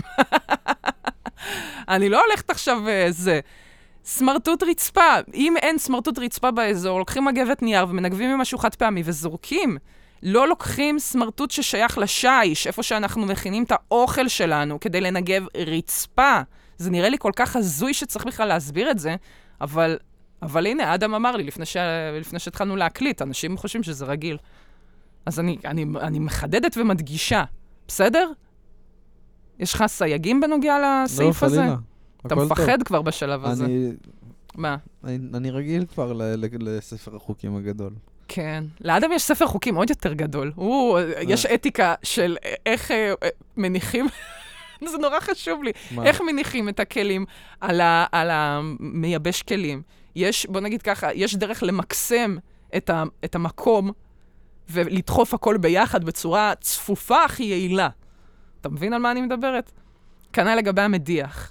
אני לא הולכת עכשיו זה. סמרטוט רצפה. אם אין סמרטוט רצפה באזור, לוקחים מגבת נייר ומנגבים עם משהו חד פעמי וזורקים. לא לוקחים סמרטוט ששייך לשיש, איפה שאנחנו מכינים את האוכל שלנו, כדי לנגב רצפה. זה נראה לי כל כך הזוי שצריך בכלל להסביר את זה, אבל הנה, אדם אמר לי, לפני שהתחלנו להקליט, אנשים חושבים שזה רגיל. אז אני מחדדת ומדגישה. בסדר? יש לך סייגים בנוגע לסעיף הזה? לא, אתה מפחד כבר בשלב הזה. מה? אני רגיל כבר לספר החוקים הגדול. כן. לאדם יש ספר חוקים עוד יותר גדול. יש אתיקה של איך מניחים, זה נורא חשוב לי, איך מניחים את הכלים על המייבש כלים. בוא נגיד ככה, יש דרך למקסם את המקום ולדחוף הכל ביחד בצורה צפופה הכי יעילה. אתה מבין על מה אני מדברת? כנ"ל לגבי המדיח.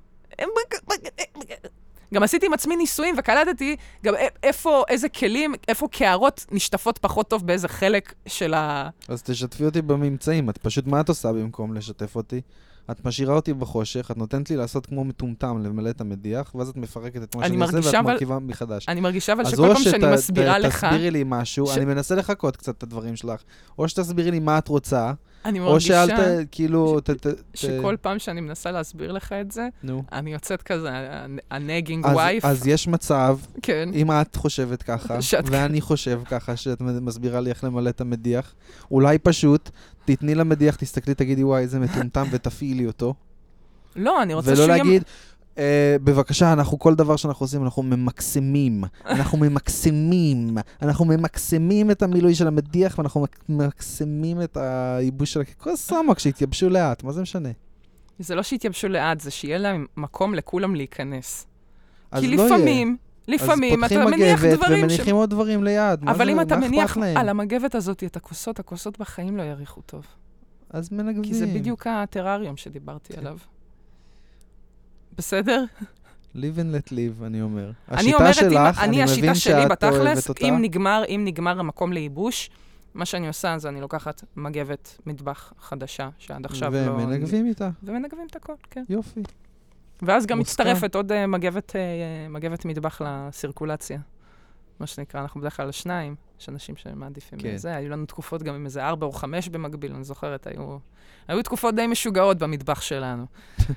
גם עשיתי עם עצמי ניסויים וקלטתי גם איזה כלים, איפה קערות נשטפות פחות טוב באיזה חלק של אז תשתפי אותי בממצאים. את פשוט, מה את עושה במקום לשתף אותי? את משאירה אותי בחושך, את נותנת לי לעשות כמו מטומטם למלא את המדיח, ואז את מפרקת את מה שאני עושה ואת מרכיבה מחדש. אני מרגישה אבל שכל פעם שאני מסבירה לך... אז או שתסבירי לי משהו, אני מנסה לחכות קצת את הדברים שלך, או שתסבירי לי מה את רוצה, אני מרגישה כאילו... שכל פעם שאני מנסה להסביר לך את זה, אני יוצאת כזה, הנגינג וייף. אז יש מצב, אם את חושבת ככה, ואני חושב ככה, שאת מסבירה לי איך למלא את המדיח, אולי פשוט תתני למדיח, תסתכלי, תגידי, וואי, איזה מטומטם, ותפעילי אותו. לא, אני רוצה ולא להגיד, בבקשה, כל דבר שאנחנו עושים, אנחנו ממקסמים. אנחנו ממקסמים את המילוי של המדיח, ואנחנו ממקסמים את הייבוש של כל סמק שהתייבשו לאט. מה זה משנה? זה לא שהתייבשו לאט, זה שיהיה להם מקום לכולם להיכנס. כי לא לפעמים אתה מניח דברים... אז פותחים מגבת ומניחים עוד דברים ליד. אבל אם אתה מניח על המגבת הזאת את הכוסות בחיים לא יריחו טוב. אז מנגבים. כי זה בדיוק הטרריום שדיברתי עליו. בסדר? live and let live, אני אומר. אני אומרת, שלך, אני מבין שאת אוהבת אותה. אם נגמר המקום לייבוש, מה שאני עושה זה אני לוקחת מגבת מטבח חדשה, שעד עכשיו לא... ומנגבים איתה. ומנגבים את הכל, כן. יופי. ואז גם מצטרפת עוד מגבת מטבח לסירקולציה. מה שנקרא, אנחנו בדרך כלל 2, יש אנשים שמעדיפים את זה. היו לנו תקופות גם עם איזה 4 או 5 במקביל, אני זוכרת, היו תקופות די משוגעות במטבח שלנו.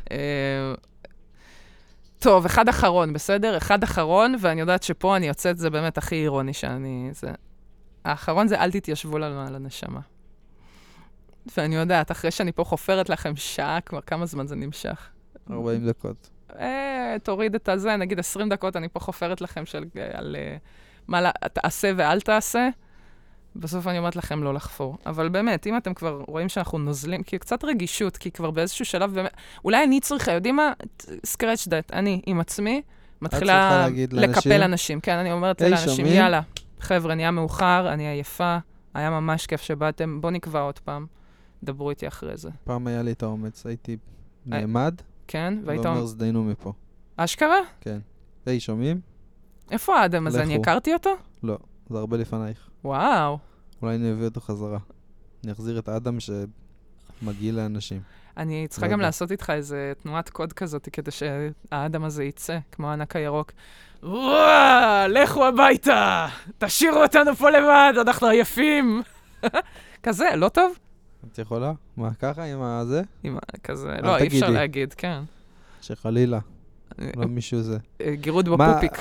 טוב, אחד אחרון, בסדר? אחד אחרון, ואני יודעת שפה אני יוצאת, זה באמת הכי אירוני שאני... האחרון זה אל תתיישבו לנו על הנשמה. ואני יודעת, אחרי שאני פה חופרת לכם שעה, כבר כמה זמן זה נמשך? 40 דקות. תוריד את הזה, נגיד 20 דקות, אני פה חופרת לכם על מה תעשה ואל תעשה. בסוף אני אומרת לכם לא לחפור. אבל באמת, אם אתם כבר רואים שאנחנו נוזלים, כי קצת רגישות, כי כבר באיזשהו שלב, באמת, אולי אני צריכה, יודעים מה? scratch that, אני עם עצמי, מתחילה לקפל אנשים. כן, אני אומרת לאנשים, יאללה, חבר'ה, נהיה מאוחר, אני עייפה, היה ממש כיף שבאתם, בוא נקבע עוד פעם, דברו איתי אחרי זה. פעם היה לי את האומץ, הייתי נעמד, כן, והיית ואומר זדיינו מפה. אשכרה? כן. היי, שומעים? איפה האדם הזה? אני הכרתי אותו? לא, זה הרבה לפנייך. וואו. אולי אני אביא אותו חזרה. אני אחזיר את האדם שמגיע לאנשים. אני צריכה גם לעשות איתך איזה תנועת קוד כזאת, כדי שהאדם הזה יצא, כמו הענק הירוק. וואו, לכו הביתה! תשאירו אותנו פה לבד, אנחנו עייפים! כזה, לא טוב? את יכולה? מה, ככה עם הזה? כזה, לא, אי אפשר להגיד, כן. שחלילה. לא מישהו זה. גירוד בפופיק.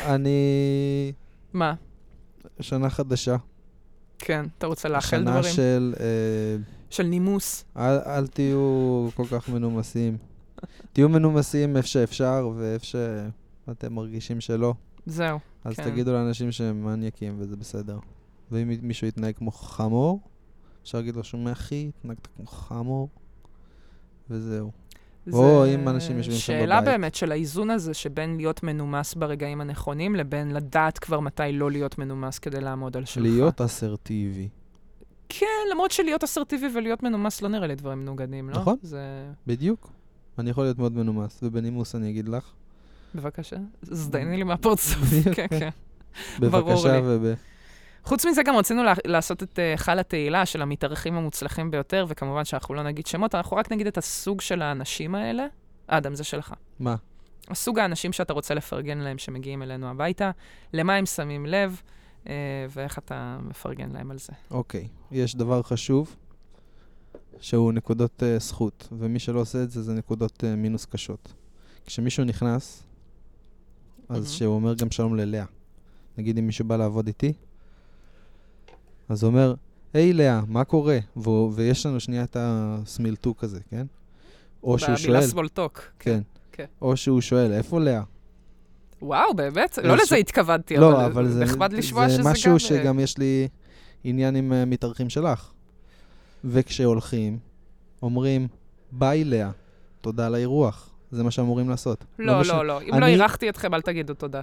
מה? שנה חדשה. כן, אתה רוצה לאחל דברים? שנה של נימוס. אל תהיו כל כך מנומסים. תהיו מנומסים איפה שאפשר ואיפה שאתם מרגישים שלא. זהו. אז תגידו לאנשים שהם מניאקים וזה בסדר. ואם מישהו יתנהג כמו חמור, אפשר להגיד לו שומע אחי, התנהגת כמו חמור, וזהו. או אם אנשים יושבים שם בבית. שאלה באמת של האיזון הזה שבין להיות מנומס ברגעים הנכונים, לבין לדעת כבר מתי לא להיות מנומס כדי לעמוד על שלך. להיות אסרטיבי. כן, למרות שלהיות אסרטיבי ולהיות מנומס לא נראה לי דברים מנוגדים, לא? נכון, בדיוק. אני יכול להיות מאוד מנומס, ובנימוס אני אגיד לך. בבקשה. זדייני לי מהפרצוף. כן, כן. בבקשה חוץ מזה גם רצינו לעשות את חל התהילה של המתארחים המוצלחים ביותר, וכמובן שאנחנו לא נגיד שמות, אנחנו רק נגיד את הסוג של האנשים האלה. אדם, זה שלך. מה? הסוג האנשים שאתה רוצה לפרגן להם שמגיעים אלינו הביתה, למה הם שמים לב, ואיך אתה מפרגן להם על זה. אוקיי. יש דבר חשוב, שהוא נקודות זכות, ומי שלא עושה את זה, זה נקודות מינוס קשות. כשמישהו נכנס, אז שהוא אומר גם שלום ללאה. נגיד אם מישהו בא לעבוד איתי, אז הוא אומר, היי לאה, מה קורה? ויש לנו שנייה את הסמילטוק הזה, כן? או שהוא שואל. במילה סמולטוק. כן. או שהוא שואל, איפה לאה? וואו, באמת? לא לזה התכוונתי, אבל זה נחמד לשמוע שזה גם... זה משהו שגם יש לי עניין עם מתארחים שלך. וכשהולכים, אומרים, ביי לאה, תודה על האירוח. זה מה שאמורים לעשות. לא. אם לא אירחתי אתכם, אל תגידו תודה.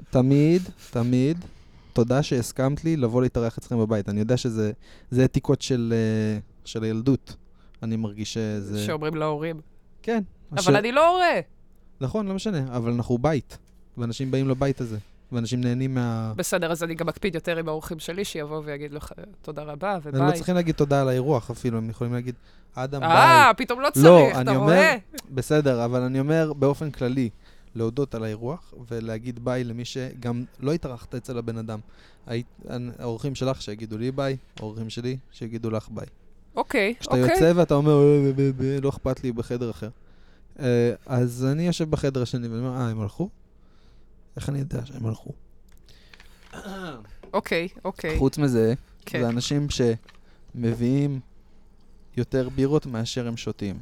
תמיד. תודה שהסכמת לי לבוא להתארח אצלכם בבית. אני יודע שזה אתיקות של הילדות. אני מרגיש שזה... שאומרים להורים. כן. אבל אני לא הורה. נכון, לא משנה. אבל אנחנו בית. ואנשים באים לבית הזה. ואנשים נהנים בסדר, אז אני גם מקפיד יותר עם האורחים שלי, שיבואו ויגיד לך תודה רבה וביי. הם לא צריכים להגיד תודה על האירוח אפילו. הם יכולים להגיד, אדם ביי. פתאום לא צריך, אתה רואה? בסדר, אבל אני אומר באופן כללי, להודות על האירוח, ולהגיד ביי למי שגם לא התארחת אצל הבן אדם. האורחים שלך שיגידו לי ביי, האורחים שלי שיגידו לך ביי. אוקיי. כשאתה יוצא ואתה אומר, לא אכפת לי בחדר אחר. אז אני יושב בחדר השני ואני אומר, הם הלכו? איך אני יודע שהם הלכו? אוקיי. חוץ מזה, זה אנשים שמביאים יותר בירות מאשר הם שותים.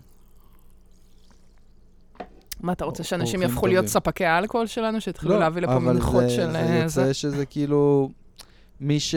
מה, אתה רוצה שאנשים יהפכו להיות ספקי האלכוהול שלנו, שהתחילו להביא לפה מנחות של... לא, אבל זה יוצא שזה כאילו מי ש...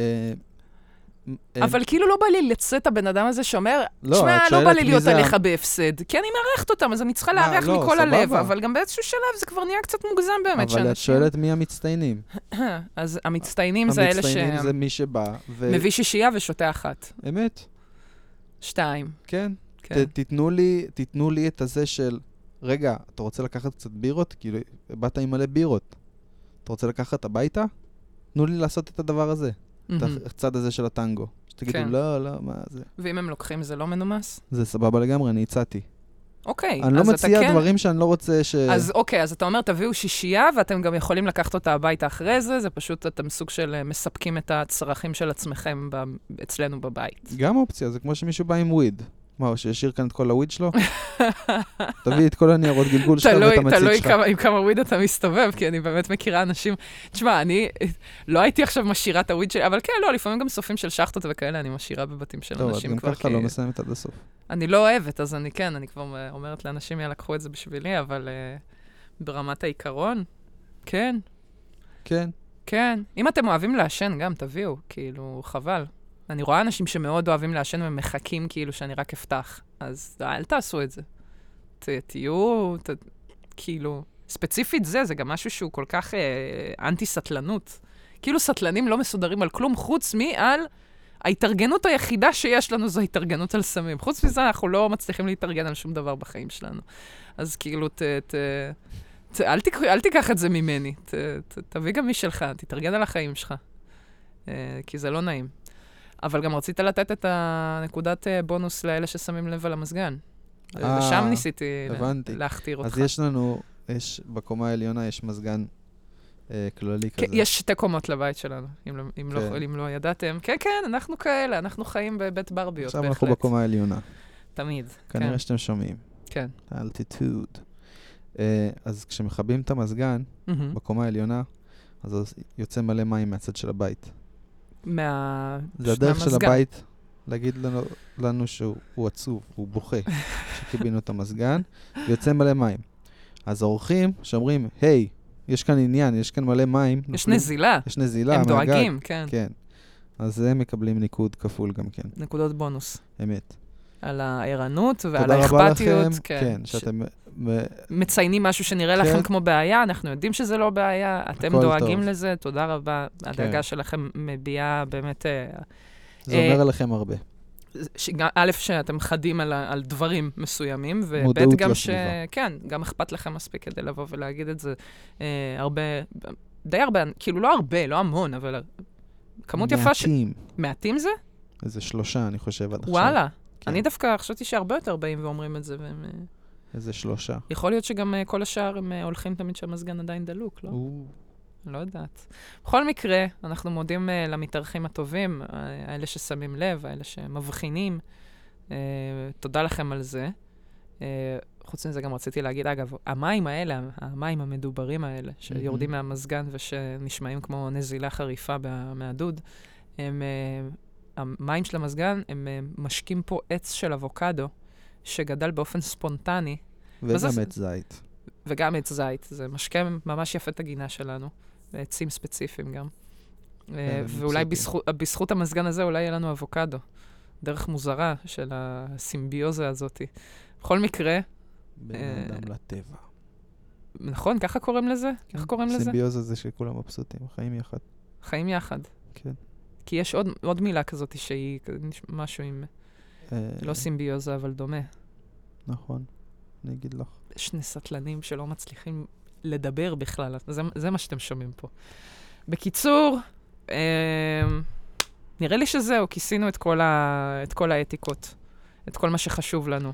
אבל כאילו לא בא לי לצאת הבן אדם הזה שאומר, תשמע, לא בא לי להיות עליך בהפסד, כי אני מארחת אותם, אז אני צריכה לארח מכל הלב, אבל גם באיזשהו שלב זה כבר נהיה קצת מוגזם באמת. אבל את שואלת מי המצטיינים. אז המצטיינים זה אלה המצטיינים זה מי שבא. מביא שישייה ושותה אחת. אמת. 2. כן. תיתנו לי את הזה של, רגע, אתה רוצה לקחת קצת בירות? כאילו, באת עם מלא בירות. אתה רוצה לקחת הביתה? תנו לי לעשות את הדבר הזה. את הצד הזה של הטנגו. שתגידו, לא, מה זה? ואם הם לוקחים, זה לא מנומס? זה סבבה לגמרי, אני הצעתי. אוקיי. אני לא מציע דברים שאני לא רוצה אז אוקיי, אז אתה אומר, תביאו שישייה, ואתם גם יכולים לקחת אותה הביתה אחרי זה, זה פשוט אתם סוג של מספקים את הצרכים של עצמכם אצלנו בבית. גם אופציה, זה כמו שמישהו בא עם וויד. מה, שישאיר כאן את כל הוויד שלו? תביא את כל הניירות גלגול שלך ואת המציג שלך. תלוי עם כמה וויד אתה מסתובב, כי אני באמת מכירה אנשים... תשמע, אני לא הייתי עכשיו משאירה את הוויד שלי, אבל כן, לא, לפעמים גם סופים של שחטות וכאלה, אני משאירה בבתים של אנשים כבר. טוב, גם ככה לא מסיימת עד הסוף. אני לא אוהבת, אז אני כבר אומרת לאנשים, יאללה, קחו את זה בשבילי, אבל ברמת העיקרון, כן. כן. כן. אם אתם אוהבים לעשן, גם תביאו, כאילו, חבל. אני רואה אנשים שמאוד אוהבים לעשן ומחכים כאילו שאני רק אפתח. אז אל תעשו את זה. תהיו, כאילו, ספציפית זה גם משהו שהוא כל כך אנטי-סטלנות. כאילו סטלנים לא מסודרים על כלום, חוץ מעל ההתארגנות היחידה שיש לנו זו התארגנות על סמים. חוץ מזה אנחנו לא מצליחים להתארגן על שום דבר בחיים שלנו. אז כאילו, אל תיקח את זה ממני. תביא גם משלך, תתארגן על החיים שלך. כי זה לא נעים. אבל גם רצית לתת את הנקודת בונוס לאלה ששמים לב על המזגן. ושם ניסיתי להכתיר אותך. אז יש לנו, בקומה העליונה יש מזגן כללי כזה. יש 2 קומות לבית שלנו, אם לא ידעתם. כן, כן, אנחנו כאלה, אנחנו חיים בבית ברביות, בהחלט. עכשיו אנחנו בקומה העליונה. תמיד. כנראה שאתם שומעים. כן. האלטיטוד. אז כשמחבים את המזגן בקומה העליונה, אז יוצא מלא מים מהצד של הבית. זה הדרך של הבית להגיד לנו שהוא עצוב, הוא בוכה, שקיבינו את המזגן, ויוצא מלא מים. אז האורחים שאומרים, היי, יש כאן עניין, יש כאן מלא מים. יש נזילה. יש נזילה. הם דואגים, כן. כן. אז הם מקבלים ניקוד כפול גם כן. נקודות בונוס. אמת. על הערנות ועל האכפתיות. תודה רבה לכם, כן, שאתם... מציינים משהו שנראה לכם כמו בעיה, אנחנו יודעים שזה לא בעיה, אתם דואגים לזה, תודה רבה. הדאגה שלכם מביעה באמת... זה אומר עליכם הרבה. א', שאתם חדים על דברים מסוימים, וב' גם כן, גם אכפת לכם מספיק כדי לבוא ולהגיד את זה הרבה, די הרבה, כאילו לא הרבה, לא המון, אבל כמות יפה מעטים זה? איזה 3, אני חושב, עד עכשיו. וואלה. אני דווקא חשבתי שהרבה יותר באים ואומרים את זה, והם... איזה 3. יכול להיות שגם כל השאר הם הולכים תמיד שהמזגן עדיין דלוק, לא? לא יודעת. בכל מקרה, אנחנו מודים למתארחים הטובים, האלה ששמים לב, האלה שמבחינים. תודה לכם על זה. חוץ מזה גם רציתי להגיד, אגב, המים האלה, המים המדוברים האלה, שיורדים מהמזגן ושנשמעים כמו נזילה חריפה מהדוד, המים של המזגן, הם משקים פה עץ של אבוקדו, שגדל באופן ספונטני. וגם עץ זית. וגם עץ זית. זה משקה ממש יפה את הגינה שלנו. עצים ספציפיים גם. ואולי בזכות המזגן הזה, אולי יהיה לנו אבוקדו. דרך מוזרה של הסימביוזה הזאת. בכל מקרה... בין האדם לטבע. נכון, ככה קוראים לזה? ככה קוראים לזה? סימביוזה זה שכולם מבסוטים, חיים יחד. חיים יחד. כן. כי יש עוד מילה כזאת שהיא משהו עם... לא סימביוזה, אבל דומה. נכון, אני אגיד לך. שני סטלנים שלא מצליחים לדבר בכלל, זה מה שאתם שומעים פה. בקיצור, נראה לי שזהו, כיסינו את כל האתיקות, את כל מה שחשוב לנו.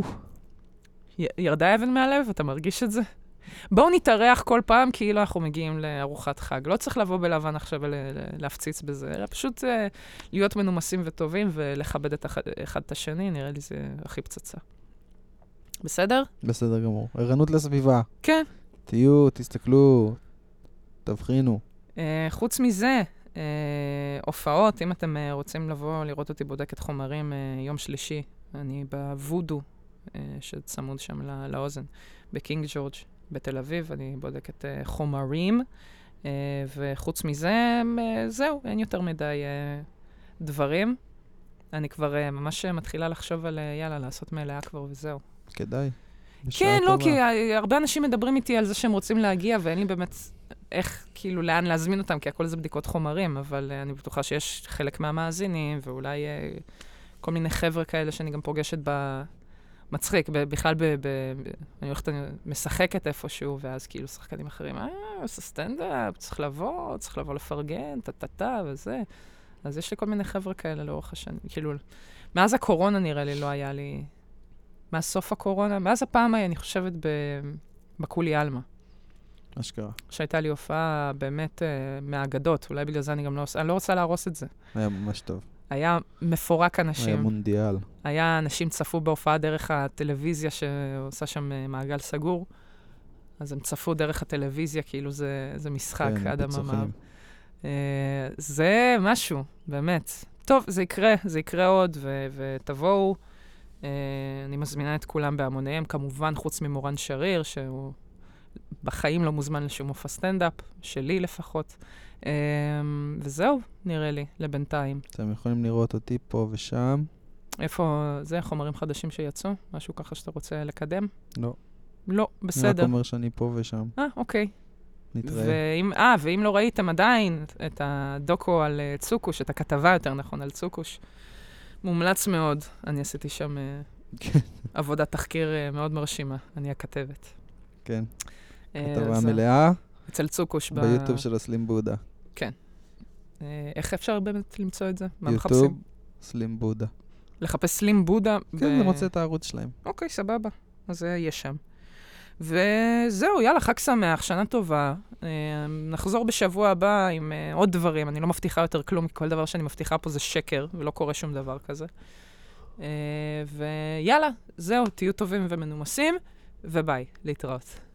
ירדה אבן מהלב, אתה מרגיש את זה? בואו נתארח כל פעם כאילו אנחנו מגיעים לארוחת חג. לא צריך לבוא בלבן עכשיו ולהפציץ בזה, אלא פשוט להיות מנומסים וטובים ולכבד את אחד את השני, נראה לי זה הכי פצצה. בסדר? בסדר גמור. ערנות לסביבה. כן. תהיו, תסתכלו, תבחינו. חוץ מזה, הופעות, אם אתם רוצים לבוא לראות אותי בודקת חומרים יום שלישי, אני בוודו, שצמוד שם לאוזן, בקינג ג'ורג' בתל אביב, אני בודקת חומרים, וחוץ מזה, זהו, אין יותר מדי דברים. אני כבר ממש מתחילה לחשוב על יאללה, לעשות מלאה כבר וזהו. כדאי. כן, לא, כי הרבה אנשים מדברים איתי על זה שהם רוצים להגיע, ואין לי באמת איך, כאילו, לאן להזמין אותם, כי הכל זה בדיקות חומרים, אבל אני בטוחה שיש חלק מהמאזינים, ואולי כל מיני חבר'ה כאלה שאני גם פוגשת מצחיק, בכלל אני הולכת, משחקת איפשהו, ואז כאילו שחקנים אחרים, עושה סטנדאפ, צריך לבוא לפרגן, טטטה וזה. אז יש לי כל מיני חבר'ה כאלה לאורך השנים, כאילו, מאז הקורונה נראה לי לא היה לי, מאז סוף הקורונה, מאז הפעם אני חושבת בקולי אלמה. אשכרה. שהייתה לי הופעה באמת מהאגדות, אולי בגלל זה אני גם אני לא רוצה להרוס את זה. היה ממש טוב. היה מפורק אנשים. היה מונדיאל. היה אנשים צפו בהופעה דרך הטלוויזיה שעושה שם מעגל סגור, אז הם צפו דרך הטלוויזיה, כאילו זה משחק עד המאמר. זה משהו, באמת. טוב, זה יקרה עוד, ותבואו. אני מזמינה את כולם בהמוניהם, כמובן חוץ ממורן שריר, שהוא בחיים לא מוזמן לשום מופע סטנדאפ, שלי לפחות. וזהו, נראה לי, לבינתיים. אתם יכולים לראות אותי פה ושם. איפה זה? חומרים חדשים שיצאו? משהו ככה שאתה רוצה לקדם? לא. לא, בסדר. אני רק אומר שאני פה ושם. אוקיי. נתראה. ואם לא ראיתם עדיין את הדוקו על צוקוש, את הכתבה יותר נכון על צוקוש, מומלץ מאוד. אני עשיתי שם עבודת תחקיר מאוד מרשימה. אני הכתבת. כן. כתבה מלאה. אצל צוקוש. ביוטיוב של הסלים בודה. כן. איך אפשר באמת למצוא את זה? יוטיוב, סלים בודה. לחפש סלים בודה? כן, אני רוצה את הערוץ שלהם. אוקיי, סבבה. אז זה יהיה שם. וזהו, יאללה, חג שמח, שנה טובה. נחזור בשבוע הבא עם עוד דברים. אני לא מבטיחה יותר כלום, כי כל דבר שאני מבטיחה פה זה שקר, ולא קורה שום דבר כזה. ויאללה, זהו, תהיו טובים ומנומסים, וביי, להתראות.